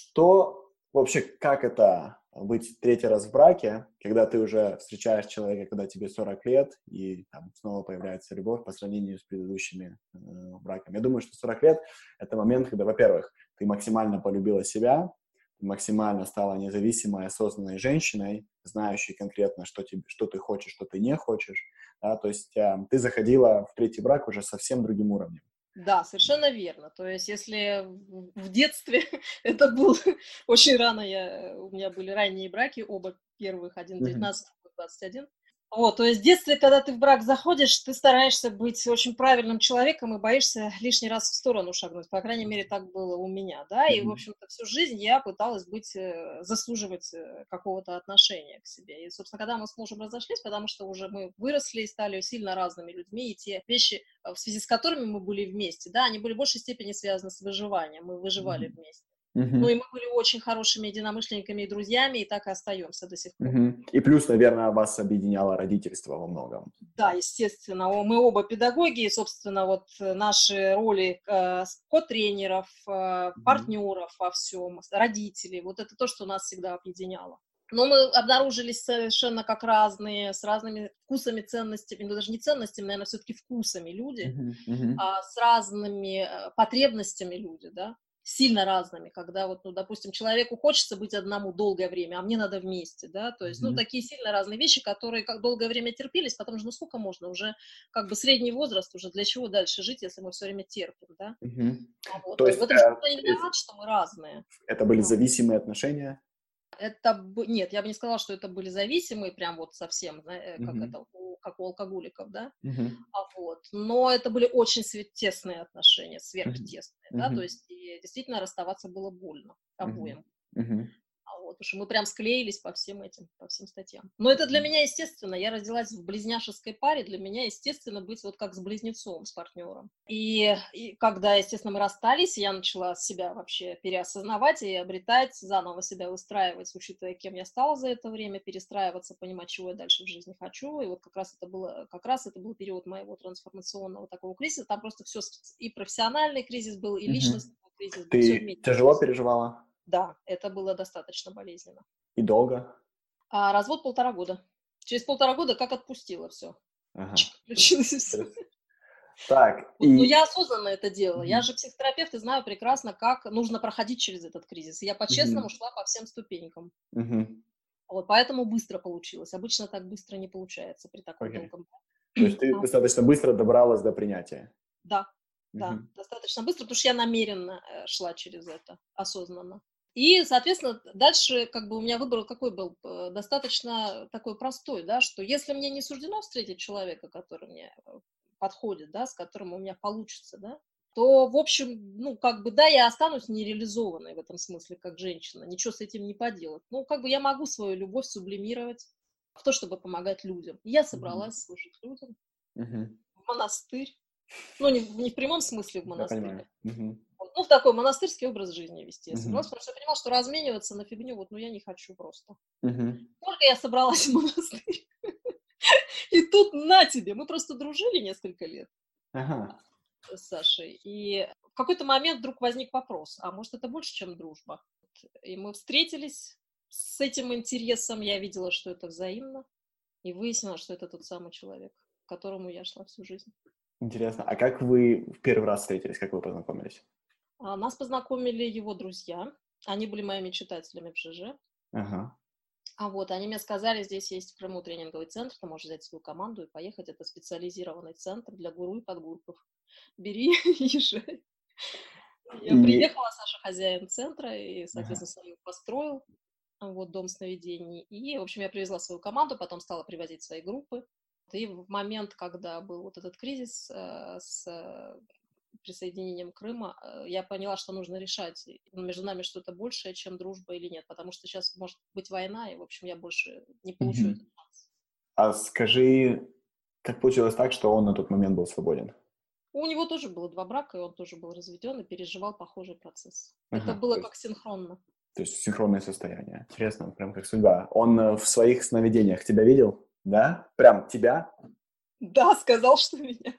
что вообще, как это быть третий раз в браке, когда ты уже встречаешь человека, когда тебе сорок лет, и там снова появляется любовь по сравнению с предыдущими э, браками. Я думаю, что сорок лет – это момент, когда, во-первых, ты максимально полюбила себя, максимально стала независимой, осознанной женщиной, знающей конкретно, что, тебе, что ты хочешь, что ты не хочешь. Да? То есть э, ты заходила в третий брак уже совсем другим уровнем. Да, совершенно верно. То есть, если в в детстве это был очень рано, я, у меня были ранние браки, оба первых, один в Мгм. девятнадцать, другой в двадцать один. Вот, то есть в детстве, когда ты в брак заходишь, ты стараешься быть очень правильным человеком и боишься лишний раз в сторону шагнуть. По крайней мере, так было у меня, да. И, в Мгм. общем-то, всю жизнь я пыталась быть, э, заслуживать э, какого-то отношения к себе. И, собственно, когда мы с мужем разошлись, потому что уже мы выросли и стали сильно разными людьми, и те вещи, э, в связи с которыми мы были вместе, да, они были в большей степени связаны с выживанием. Мы выживали Мгм. вместе. Мгм. Ну и мы были очень хорошими единомышленниками и друзьями, и так и остаемся до сих пор. Мгм. И плюс, наверное, вас объединяло родительство во многом. Да, естественно, о- мы оба педагоги, и, собственно, вот э, наши роли э, с- ко-тренеров, э, Мгм. партнеров во всем, родителей, вот это то, что нас всегда объединяло. Но мы обнаружились совершенно как разные, с разными вкусами, ценностями, ну даже не ценностями, наверное, все-таки вкусами люди, Мгм. Мгм. а, с разными э, потребностями люди, да, сильно разными, когда вот, ну, допустим, человеку хочется быть одному долгое время, а мне надо вместе, да, то есть, ну, Мгм. такие сильно разные вещи, которые как долгое время терпелись, потом же, ну, сколько можно, уже как бы средний возраст, уже для чего дальше жить, если мы все время терпим, да, Мгм. а вот, То в есть этом э, никто не э, виноват, что мы разные. это были А, зависимые отношения? Это, б- нет, я бы не сказала, что это были зависимые, прям вот совсем, зна- э, как Мгм. это, у- как у алкоголиков, да, Мгм. а вот. Но это были очень све- тесные отношения, Мгм. сверхтесные, да, то Мгм. есть и действительно расставаться было больно Мгм. обоим. Мгм. А вот, потому что мы прям склеились по всем этим, по всем статьям. Но это для меня естественно. Я родилась в близняшеской паре, для меня естественно быть вот как с близнецом, с партнером. И, и когда, естественно, мы расстались, я начала себя вообще переосознавать и обретать, заново себя выстраивать, учитывая, кем я стала за это время, перестраиваться, понимать, чего я дальше в жизни хочу. И вот как раз это было, как раз это был период моего трансформационного такого кризиса. Там просто все, и профессиональный кризис был, и Мгм. личностный кризис был, все Ты вместе. тяжело переживала? Да, это было достаточно болезненно. И долго? А развод полтора года. Через полтора года как отпустила все. Ага. Включилось и все. Так, Вот, но и... я осознанно это делала. Я Мгм. же психотерапевт и знаю прекрасно, как нужно проходить через этот кризис. И я по-честному Мгм. шла по всем ступенькам. Мгм. Вот, поэтому быстро получилось. Обычно так быстро не получается при таком Окей. долгом. То есть ты А, достаточно быстро добралась до принятия. Да, да, Мгм. достаточно быстро, потому что я намеренно э, шла через это, осознанно. И, соответственно, дальше как бы у меня выбор какой был? Э, Достаточно такой простой, да, что если мне не суждено встретить человека, который мне э, подходит, да, с которым у меня получится, да, то, в общем, ну, как бы, да, я останусь нереализованной в этом смысле, как женщина, ничего с этим не поделать. Ну, как бы я могу свою любовь сублимировать в то, чтобы помогать людям. И я Мгм. собралась служить людям Мгм. в монастырь. Ну, не, в- не в прямом смысле в Я монастырь, понимаю. Мгм. вот, ну, в такой монастырский образ жизни вести я собралась, Мгм. потому что я понимала, что размениваться на фигню, вот, ну, я не хочу просто. Мгм. Только я собралась в монастырь, и тут на тебе, мы просто дружили несколько лет Ага. с Сашей, и в какой-то момент вдруг возник вопрос, а может, это больше, чем дружба? И мы встретились с этим интересом, я видела, что это взаимно, и выяснила, что это тот самый человек, к которому я шла всю жизнь. Интересно. А как вы в первый раз встретились? Как вы познакомились? А, Нас познакомили его друзья, они были моими читателями в ЖЖ. Ага. А вот они мне сказали, здесь есть в Крыму тренинговый центр, ты можешь взять свою команду и поехать. Это специализированный центр для гуру и подгурков. Бери и езжай. Я И... приехала, Саша хозяин центра, и, Ага. соответственно, сам его построил, вот, дом сновидений. И, в общем, я привезла свою команду, потом стала привозить свои группы. И в момент, когда был вот этот кризис э, с э, присоединением Крыма, э, я поняла, что нужно решать, между нами что-то большее, чем дружба или нет, потому что сейчас может быть война, и, в общем, я больше не получу Мгм. этот шанс. А скажи, как получилось так, что он на тот момент был свободен? У него тоже было два брака, и он тоже был разведен и переживал похожий процесс. Это Ага. было То есть, как синхронно. то есть синхронное состояние. Интересно, прям как судьба. Он э, в своих сновидениях тебя видел? Да? Прям тебя? Да, сказал, что меня.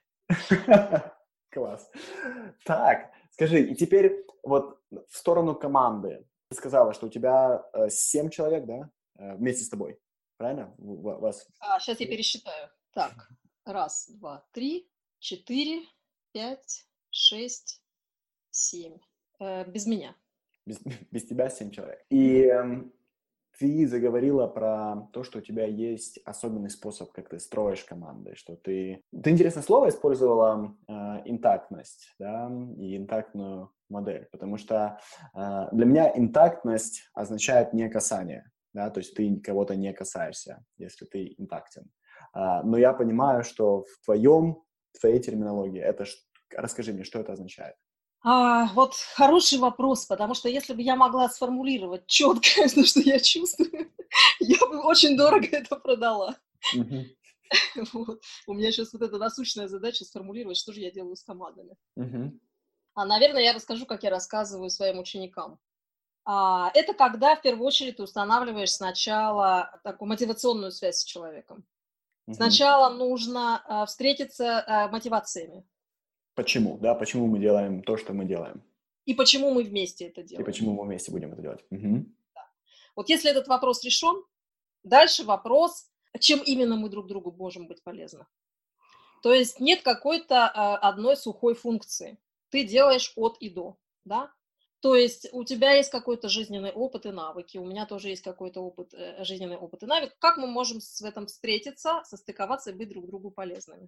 Класс. Так, скажи, и теперь вот в сторону команды. Ты сказала, что у тебя э, семь человек, да, э, вместе с тобой, правильно? У у вас... А, сейчас я пересчитаю. Так, раз, два, три, четыре, пять, шесть, семь. Э, без меня. Без, без тебя семь человек. И эм, ты заговорила про то, что у тебя есть особенный способ, как ты строишь команды, что ты... Ты интересное слово использовала, э, интактность, да, и интактную модель, потому что э, для меня интактность означает не касание, да, то есть ты кого-то не касаешься, если ты интактен. А, но я понимаю, что в твоем, в твоей терминологии это... ш- Расскажи мне, что это означает. А, вот хороший вопрос, потому что если бы я могла сформулировать четко, что я чувствую, я бы очень дорого это продала. Мгм. Вот. У меня сейчас вот эта насущная задача сформулировать, что же я делаю с командами. Мгм. А, наверное, я расскажу, как я рассказываю своим ученикам. А, это когда, в первую очередь, ты устанавливаешь сначала такую мотивационную связь с человеком. Мгм. Сначала нужно а, встретиться а, мотивациями. Почему, да, почему мы делаем то, что мы делаем, И почему мы вместе это и делаем. почему мы вместе будем это делать. Мгм. Вот если этот вопрос решен, дальше вопрос, чем именно мы друг другу можем быть полезны. То есть нет какой-то а, одной сухой функции. Ты делаешь от и до, да? То есть у тебя есть какой-то жизненный опыт и навыки, у меня тоже есть какой-то опыт, э, жизненный опыт и навык. Как мы можем в этом встретиться, состыковаться и быть друг другу полезными?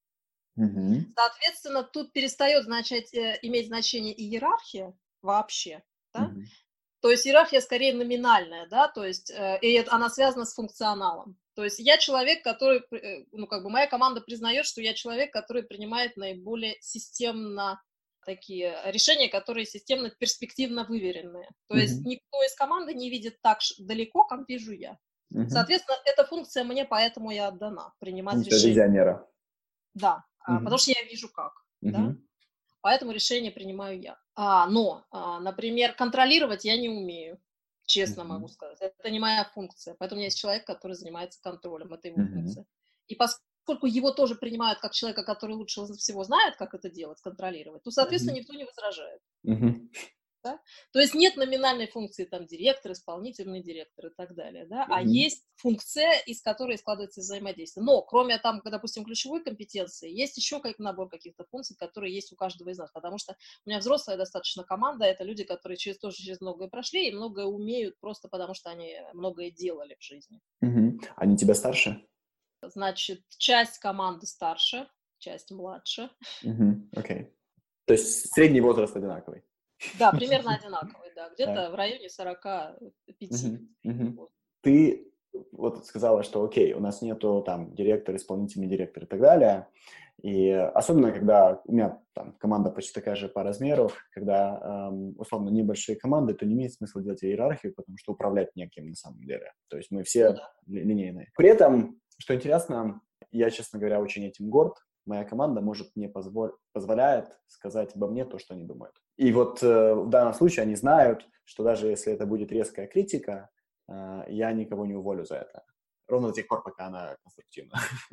Мгм. Соответственно, тут перестает значать, э, иметь значение иерархия вообще, да? Мгм. То есть иерархия скорее номинальная, да, то есть э, и это, она связана с функционалом. То есть я человек, который, э, ну, как бы моя команда признает, что я человек, который принимает наиболее системно такие решения, которые системно, перспективно выверенные. То есть Мгм. никто из команды не видит так далеко, как вижу я. Мгм. Соответственно, эта функция мне поэтому и отдана, принимать Функция решения. визионера. Да, а, потому Мгм. что я вижу как, да. Мгм. Поэтому решение принимаю я. А, но, а, например, контролировать я не умею, честно могу Мгм. сказать. Это не моя функция. Поэтому у меня есть человек, который занимается контролем, это его Мгм. функция. И поскольку его тоже принимают как человека, который лучше всего знает, как это делать, контролировать, то, соответственно, Мгм. никто не возражает. Мгм. Да? То есть нет номинальной функции там директор, исполнительный директор и так далее, да? А Мгм. есть функция, из которой складывается взаимодействие. Но кроме там, допустим, ключевой компетенции, есть еще как набор каких-то функций, которые есть у каждого из нас, потому что у меня взрослая достаточно команда, это люди, которые через, тоже через многое прошли и многое умеют просто потому, что они многое делали в жизни. Мгм. Они тебя старше? Значит, часть команды старше, часть младше. Мгм. Окей. То есть средний возраст одинаковый. Да, примерно одинаковый, да, Так. где-то в районе сорока пяти. Мгм. Мгм. Ты вот сказала, что окей, у нас нету там директор, исполнительный директор и так далее. И особенно, когда у меня там команда почти такая же по размеру, когда эм, условно небольшие команды, то не имеет смысла делать иерархию, потому что управлять неким на самом деле. То есть мы Ну все да. ли- линейные. При этом, что интересно, я, честно говоря, очень этим горд. Моя команда может мне позволь, позволяет сказать обо мне то, что они думают. И вот э, в данном случае они знают, что даже если это будет резкая критика, э, я никого не уволю за это. Ровно до тех пор, пока она конструктивна.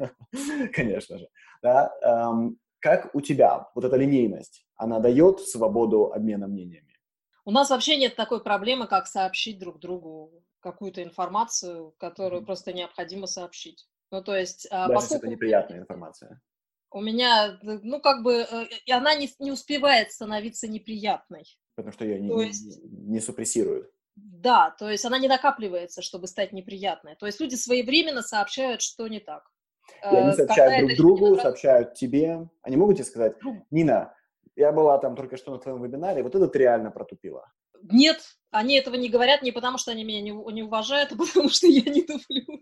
Конечно же. Да? Эм, как у тебя вот эта линейность, она дает свободу обмена мнениями? У нас вообще нет такой проблемы, как сообщить друг другу какую-то информацию, которую Мгм. просто необходимо сообщить. Ну, то есть, а, Даже если это поскольку неприятная информация. у меня, д- ну, как бы, э, и она не, не успевает становиться неприятной. Потому что ее не, То не, есть, не супрессируют. да, то есть она не накапливается, чтобы стать неприятной. То есть люди своевременно сообщают, что не так. И они Э, Когда сообщают это друг еще не другу, набрало сообщают тебе. Они могут тебе сказать: друг- Нина, я была там только что на твоем вебинаре, вот это ты реально протупила. Нет, они этого не говорят не потому, что они меня не, у- не уважают, а потому что я не туплю.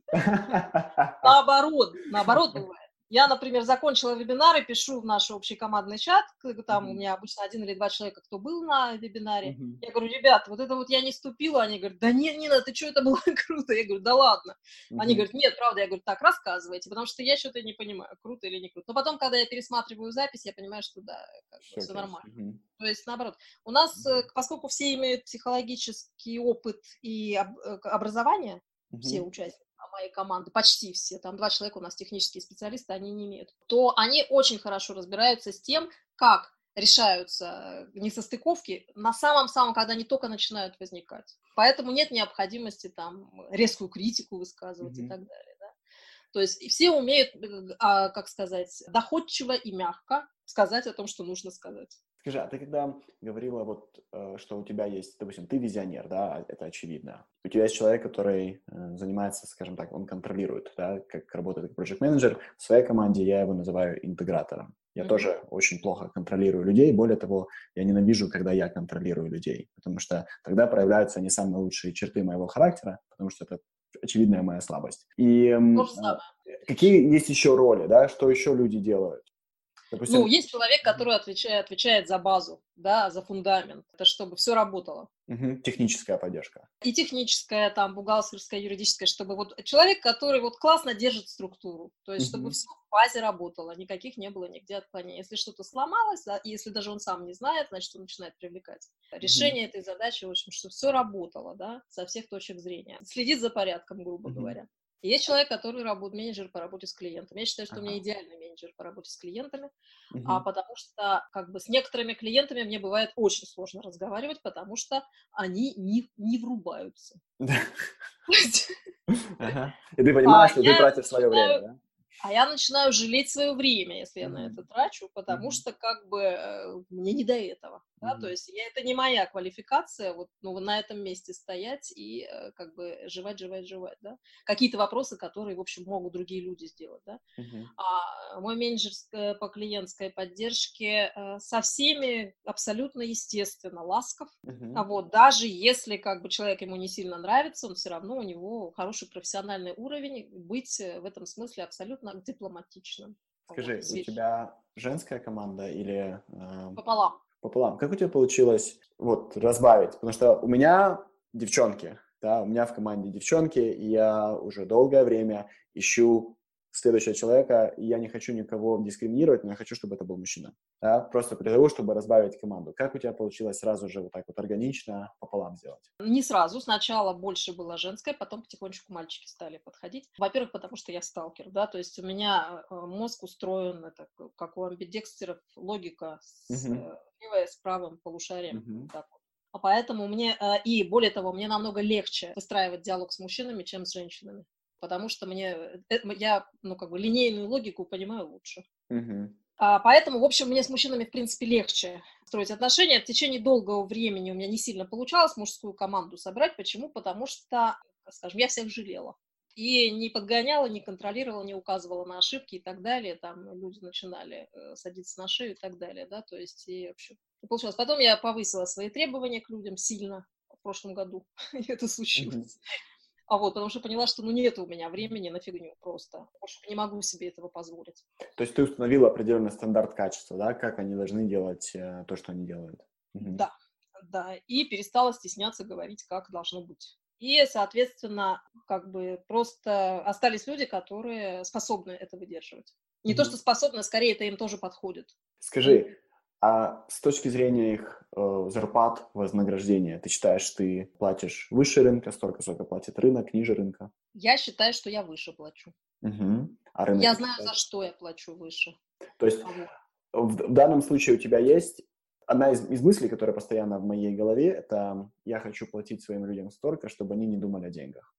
Наоборот, наоборот бывает. Я, например, закончила вебинар и пишу в наш общий командный чат, к- там у Мгм. меня обычно один или два человека, кто был на вебинаре. Мгм. Я говорю, ребята, вот это вот я не ступила. Они говорят, да нет, Нина, ты что, это было круто. Я говорю, да ладно. Они Мгм. говорят, нет, правда. Я говорю, так, рассказывайте, потому что я что-то не понимаю, круто или не круто. Но потом, когда я пересматриваю запись, я понимаю, что да, как бы Всё все окей. нормально. Мгм. То есть, наоборот, у нас, Мгм. э, поскольку все имеют психологический опыт и об- э, к- образование, все Мгм. участники моей команды, почти все, там два человека у нас технические специалисты, они не имеют, то они очень хорошо разбираются с тем, как решаются э, несостыковки на самом-самом, когда они только начинают возникать. Поэтому нет необходимости там резкую критику высказывать и Мгм. так далее. Да? То есть и все умеют, э, а, как сказать, доходчиво и мягко сказать о том, что нужно сказать. Скажи, а ты когда говорила, вот, э, что у тебя есть, допустим, ты визионер, да, это очевидно. У тебя есть человек, который э, занимается, скажем так, он контролирует, да, как работает как project менеджер. В своей команде я его называю интегратором. Я Мгм. тоже очень плохо контролирую людей. Более того, я ненавижу, когда я контролирую людей, потому что тогда проявляются не самые лучшие черты моего характера, потому что это очевидная моя слабость. И То м, же самое. э, какие есть еще роли, да, что еще люди делают? Ну, Допустим, есть человек, Мгм. который отвечает, отвечает за базу, да, за фундамент, это чтобы все работало. Мгм. Техническая поддержка. И техническая, там, бухгалтерская, юридическая, чтобы вот человек, который вот классно держит структуру, то есть чтобы Мгм. все в базе работало, никаких не было нигде отклонений. Если что-то сломалось, да, и если даже он сам не знает, значит, он начинает привлекать Мгм. решение этой задачи, в общем, чтобы все работало, да, со всех точек зрения. Следит за порядком, грубо Мгм. говоря. И есть человек, который работает, менеджер по работе с клиентами. Я считаю, что у меня Ага. идеальный менеджер по работе с клиентами, а, Мгм. потому что как бы с некоторыми клиентами мне бывает очень сложно разговаривать, потому что они не, не врубаются. Да. Ага. И ты А понимаешь, что ты я тратишь свое время, начинаю да? а я начинаю жалеть свое время, если я на Мгм. это трачу, потому Мгм. что как бы э, мне не до этого. Да? То Мгм. есть я, это не моя квалификация, вот ну, на этом месте стоять и э, как бы жевать, жевать, жевать. Да? Какие-то вопросы, которые, в общем, могут другие люди сделать. Да? Мгм. А мой менеджер с- э, по клиентской поддержке э, со всеми абсолютно естественно ласков. А Мгм. вот даже если как бы человек ему не сильно нравится, он все равно у него хороший профессиональный уровень, быть э, в этом смысле абсолютно дипломатичным. Вот, Скажи, у извечным. тебя женская команда или э, Пополам. пополам? Как у тебя получилось вот разбавить? Потому что у меня девчонки, да, у меня в команде девчонки, и я уже долгое время ищу следующего человека, и я не хочу никого дискриминировать, но я хочу, чтобы это был мужчина, да, просто для того, чтобы разбавить команду. Как у тебя получилось сразу же вот так вот органично пополам сделать? Не сразу. Сначала больше была женская, потом потихонечку мальчики стали подходить. Во-первых, потому что я сталкер, да, то есть у меня э, мозг устроен, это к- как у амбидекстеров, логика с Мгм. э, левой с правым полушарием. Мгм. Так вот. А поэтому мне, э, и более того, мне намного легче выстраивать диалог с мужчинами, чем с женщинами. Потому что мне, э, я, ну, как бы линейную логику понимаю лучше. Мгм. А, поэтому, в общем, мне с мужчинами, в принципе, легче строить отношения. В течение долгого времени у меня не сильно получалось мужскую команду собрать. Почему? Потому что, скажем, я всех жалела. И не подгоняла, не контролировала, не указывала на ошибки и так далее. Там люди начинали э, садиться на шею и так далее, да, то есть, и, в общем, не получилось. Потом я повысила свои требования к людям сильно в прошлом году, и это Мгм. случилось. А вот, потому что поняла, что, ну, нет у меня времени на фигню просто. Больше не могу себе этого позволить. То есть ты установила определенный стандарт качества, да, как они должны делать э, то, что они делают. Мгм. Да, да, и перестала стесняться говорить, как должно быть. И, соответственно, как бы просто остались люди, которые способны это выдерживать. Не то, Мгм. что способны, а скорее это им тоже подходит. Скажи, а с точки зрения их э, зарплат, вознаграждения, ты считаешь, ты платишь выше рынка, столько, сколько платит рынок, ниже рынка? Я считаю, что я выше плачу. Мгм. А рынок Я как знаю, за считает? что я плачу выше. То есть А вот. в, в данном случае у тебя есть одна из, из мыслей, которая постоянно в моей голове, это я хочу платить своим людям столько, чтобы они не думали о деньгах.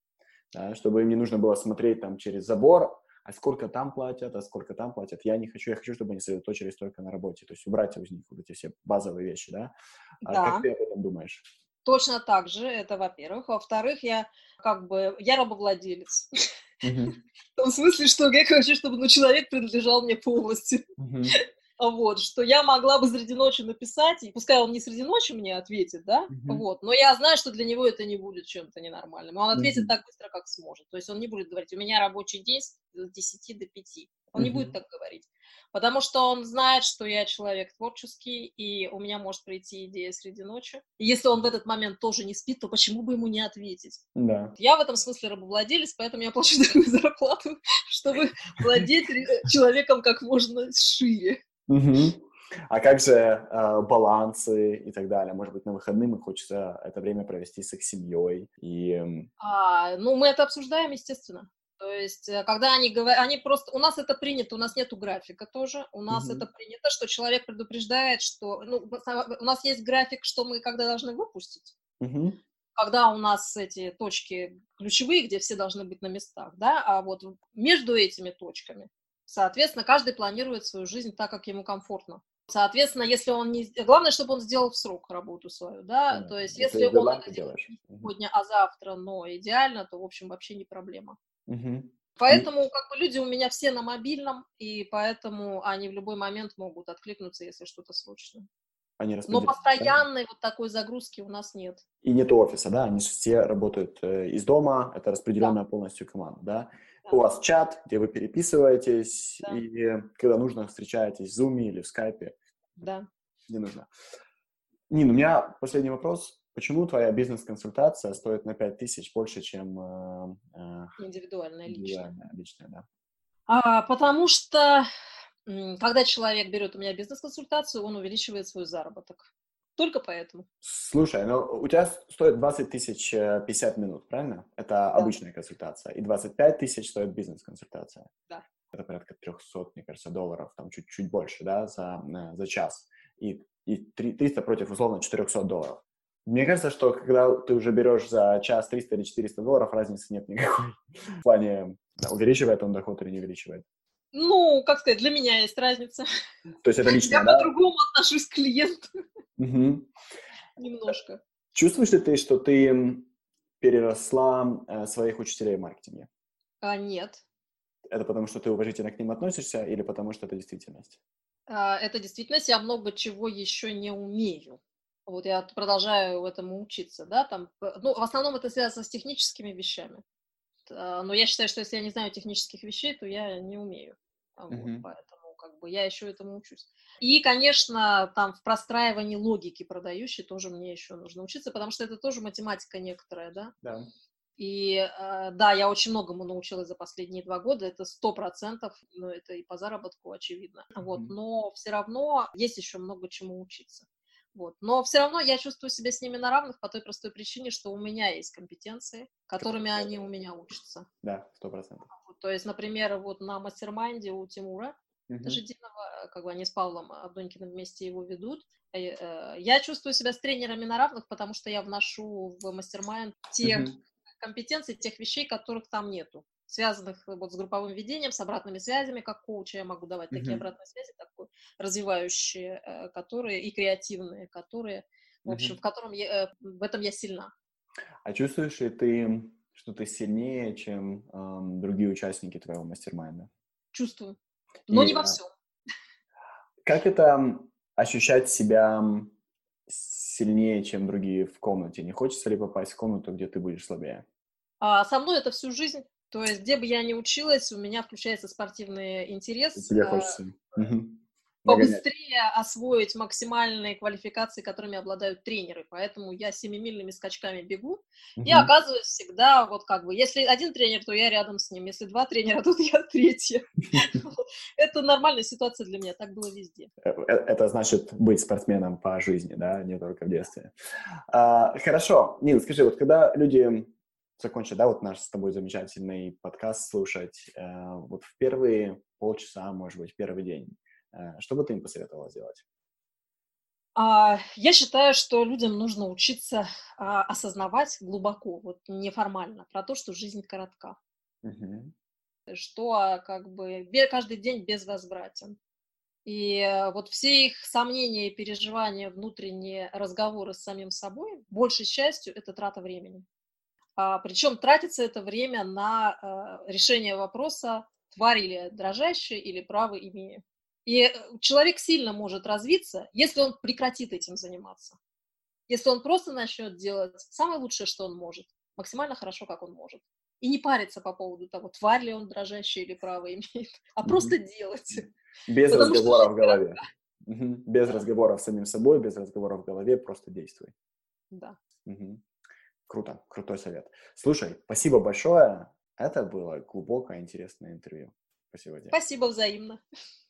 Да, чтобы им не нужно было смотреть там через забор, а сколько там платят, а сколько там платят. Я не хочу, я хочу, чтобы они сосредоточились только на работе, то есть убрать из них вот эти все базовые вещи, да. А как Да, ты об этом думаешь? точно так же, это во-первых. Во-вторых, я как бы, я рабовладелец. Мгм. В том смысле, что я хочу, чтобы ну, человек принадлежал мне полностью. Мгм. Вот, что я могла бы среди ночи написать, и пускай он не среди ночи мне ответит, да, Мгм. вот, но я знаю, что для него это не будет чем-то ненормальным. Он ответит Мгм. так быстро, как сможет. То есть он не будет говорить, у меня рабочий день с десяти до пяти. Он не будет Мгм. так говорить. Потому что он знает, что я человек творческий, и у меня может прийти идея среди ночи. И если он в этот момент тоже не спит, то почему бы ему не ответить? Да. Я в этом смысле рабовладелец, поэтому я плачу такую зарплату, чтобы владеть ре- человеком как можно шире. Мгм. А как же э, балансы и так далее? Может быть, на выходные им хочется это время провести с их семьей. И м, А, ну, мы это обсуждаем, естественно. То есть, э, когда они говорят, они просто, у нас это принято, у нас нету графика тоже, у нас это мгм. принято, что человек предупреждает, что, ну, у нас есть график, что мы когда должны выпустить, Мгм. когда у нас эти точки ключевые, где все должны быть на местах, да, а вот между этими точками, соответственно, каждый планирует свою жизнь так, как ему комфортно. Соответственно, если он не... Главное, чтобы он сделал в срок работу свою, да, то Понятно. есть Если если есть он дедлайн, это ты делает делаешь. не Мгм. сегодня, а завтра, но идеально, то, в общем, вообще не проблема. Мгм. А мне- Поэтому как бы люди у меня все на мобильном, и поэтому они в любой момент могут откликнуться, если что-то срочно. они Но распределены, правильно? постоянной вот такой загрузки у нас нет. И нет офиса, да, они же все работают э, из дома, это Да, распределенная полностью команда, да. У да, вас чат, где вы переписываетесь, да, и э, когда нужно, встречаетесь в Zoom или в Skype, да. не нужно. Нин, у меня последний вопрос. Почему твоя бизнес-консультация стоит на пять тысяч больше, чем э, э, Индивидуальное, личное. индивидуальная, личная, да? А, потому что, м, когда человек берет у меня бизнес-консультацию, он увеличивает свой заработок. Только поэтому. Слушай, ну у тебя стоит двадцать тысяч э, пятьдесят минут, правильно? Это Да, обычная консультация. И двадцать пять тысяч стоит бизнес-консультация. да. Это порядка триста, мне кажется, долларов, там чуть-чуть больше, да, за, э, за час. И, и три- триста против, условно, четыреста долларов. Мне кажется, что когда ты уже берешь за час триста или четыреста долларов, разницы нет никакой. В плане, да, увеличивает он доход или не увеличивает. Ну, как сказать, для меня есть разница. То есть это Я личное, да? по-другому отношусь к клиенту Мгм. немножко. Чувствуешь ли ты, что ты м, переросла э, своих учителей в маркетинге? А, нет. Это потому, что ты уважительно к ним относишься или потому, что это действительность? А, это действительность, я много чего еще не умею. Вот я продолжаю этому учиться, да, там, п- ну, в основном это связано с техническими вещами. А, но я считаю, что если я не знаю технических вещей, то я не умею. А, вот, Мгм. поэтому как бы я еще этому учусь. И, конечно, там в простраивании логики продающей тоже мне еще нужно учиться, потому что это тоже математика некоторая, да. Да. И э, да, я очень многому научилась за последние два года, это сто процентов, ну, это и по заработку очевидно. Вот, Мгм. но все равно есть еще много чему учиться. Вот. Но все равно я чувствую себя с ними на равных по той простой причине, что у меня есть компетенции, Которые которыми они у работают. меня учатся. Да, сто процентов. Вот, то есть, например, вот на мастер-майнде у Тимура Мгм. Жидинова, как бы они с Павлом Абдонькиным вместе его ведут. Э, э, Я чувствую себя с тренерами на равных, потому что я вношу в мастер-майнд те Мгм. компетенции, тех вещей, которых там нету, связанных э, вот с групповым ведением, с обратными связями, как коуч, я могу давать такие Мгм. обратные связи, такой, развивающие, э, которые и креативные, которые, в общем, в Мгм. котором я, э, в этом я сильна. А чувствуешь ли ты, что ты сильнее, чем ам, другие участники твоего мастер-майнда? Чувствую, но И не во а, всем. как это м, ощущать себя м, сильнее, чем другие в комнате? Не хочется ли попасть в комнату, где ты будешь слабее? А со мной это всю жизнь. То есть, где бы я ни училась, у меня включается спортивный И интерес, тебе э, хочется мгм, нагонять. побыстрее освоить максимальные квалификации, которыми обладают тренеры. Поэтому я семимильными скачками бегу и Мгм. оказываюсь всегда вот как бы, если один тренер, то я рядом с ним, если два тренера, то я третья. Это нормальная ситуация для меня, так было везде. Э, э, Это значит быть спортсменом по жизни, да, не только в детстве. А, хорошо, Нил, скажи, вот когда люди закончат, да, вот наш с тобой замечательный подкаст слушать, э, вот в первые полчаса, может быть, первый день, э, что бы ты им посоветовала сделать? А, я считаю, что людям нужно учиться, а, осознавать глубоко, вот неформально, про то, что жизнь коротка. Мгм. Что, а, как бы бе каждый день безвозвратен. И, э, вот все их сомнения и переживания, внутренние разговоры с самим собой, большей частью, это трата времени. А, причем тратится это время на, э, решение вопроса: "Тварь ли я дрожащая или право имею?" И, э, человек сильно может развиться, если он прекратит этим заниматься. Если он просто начнет делать самое лучшее, что он может, максимально хорошо, как он может. И не париться по поводу того, тварь ли он дрожащая или право имеет, а просто Мгм. делать. Без Потому что разговора жизнь в коротка. голове. Мгм. Без Да, разговоров с самим собой, без разговоров в голове, просто действуй. да. Мгм. Круто, крутой совет. Слушай, спасибо большое. Это было глубокое, интересное интервью. Спасибо тебе. Спасибо, взаимно.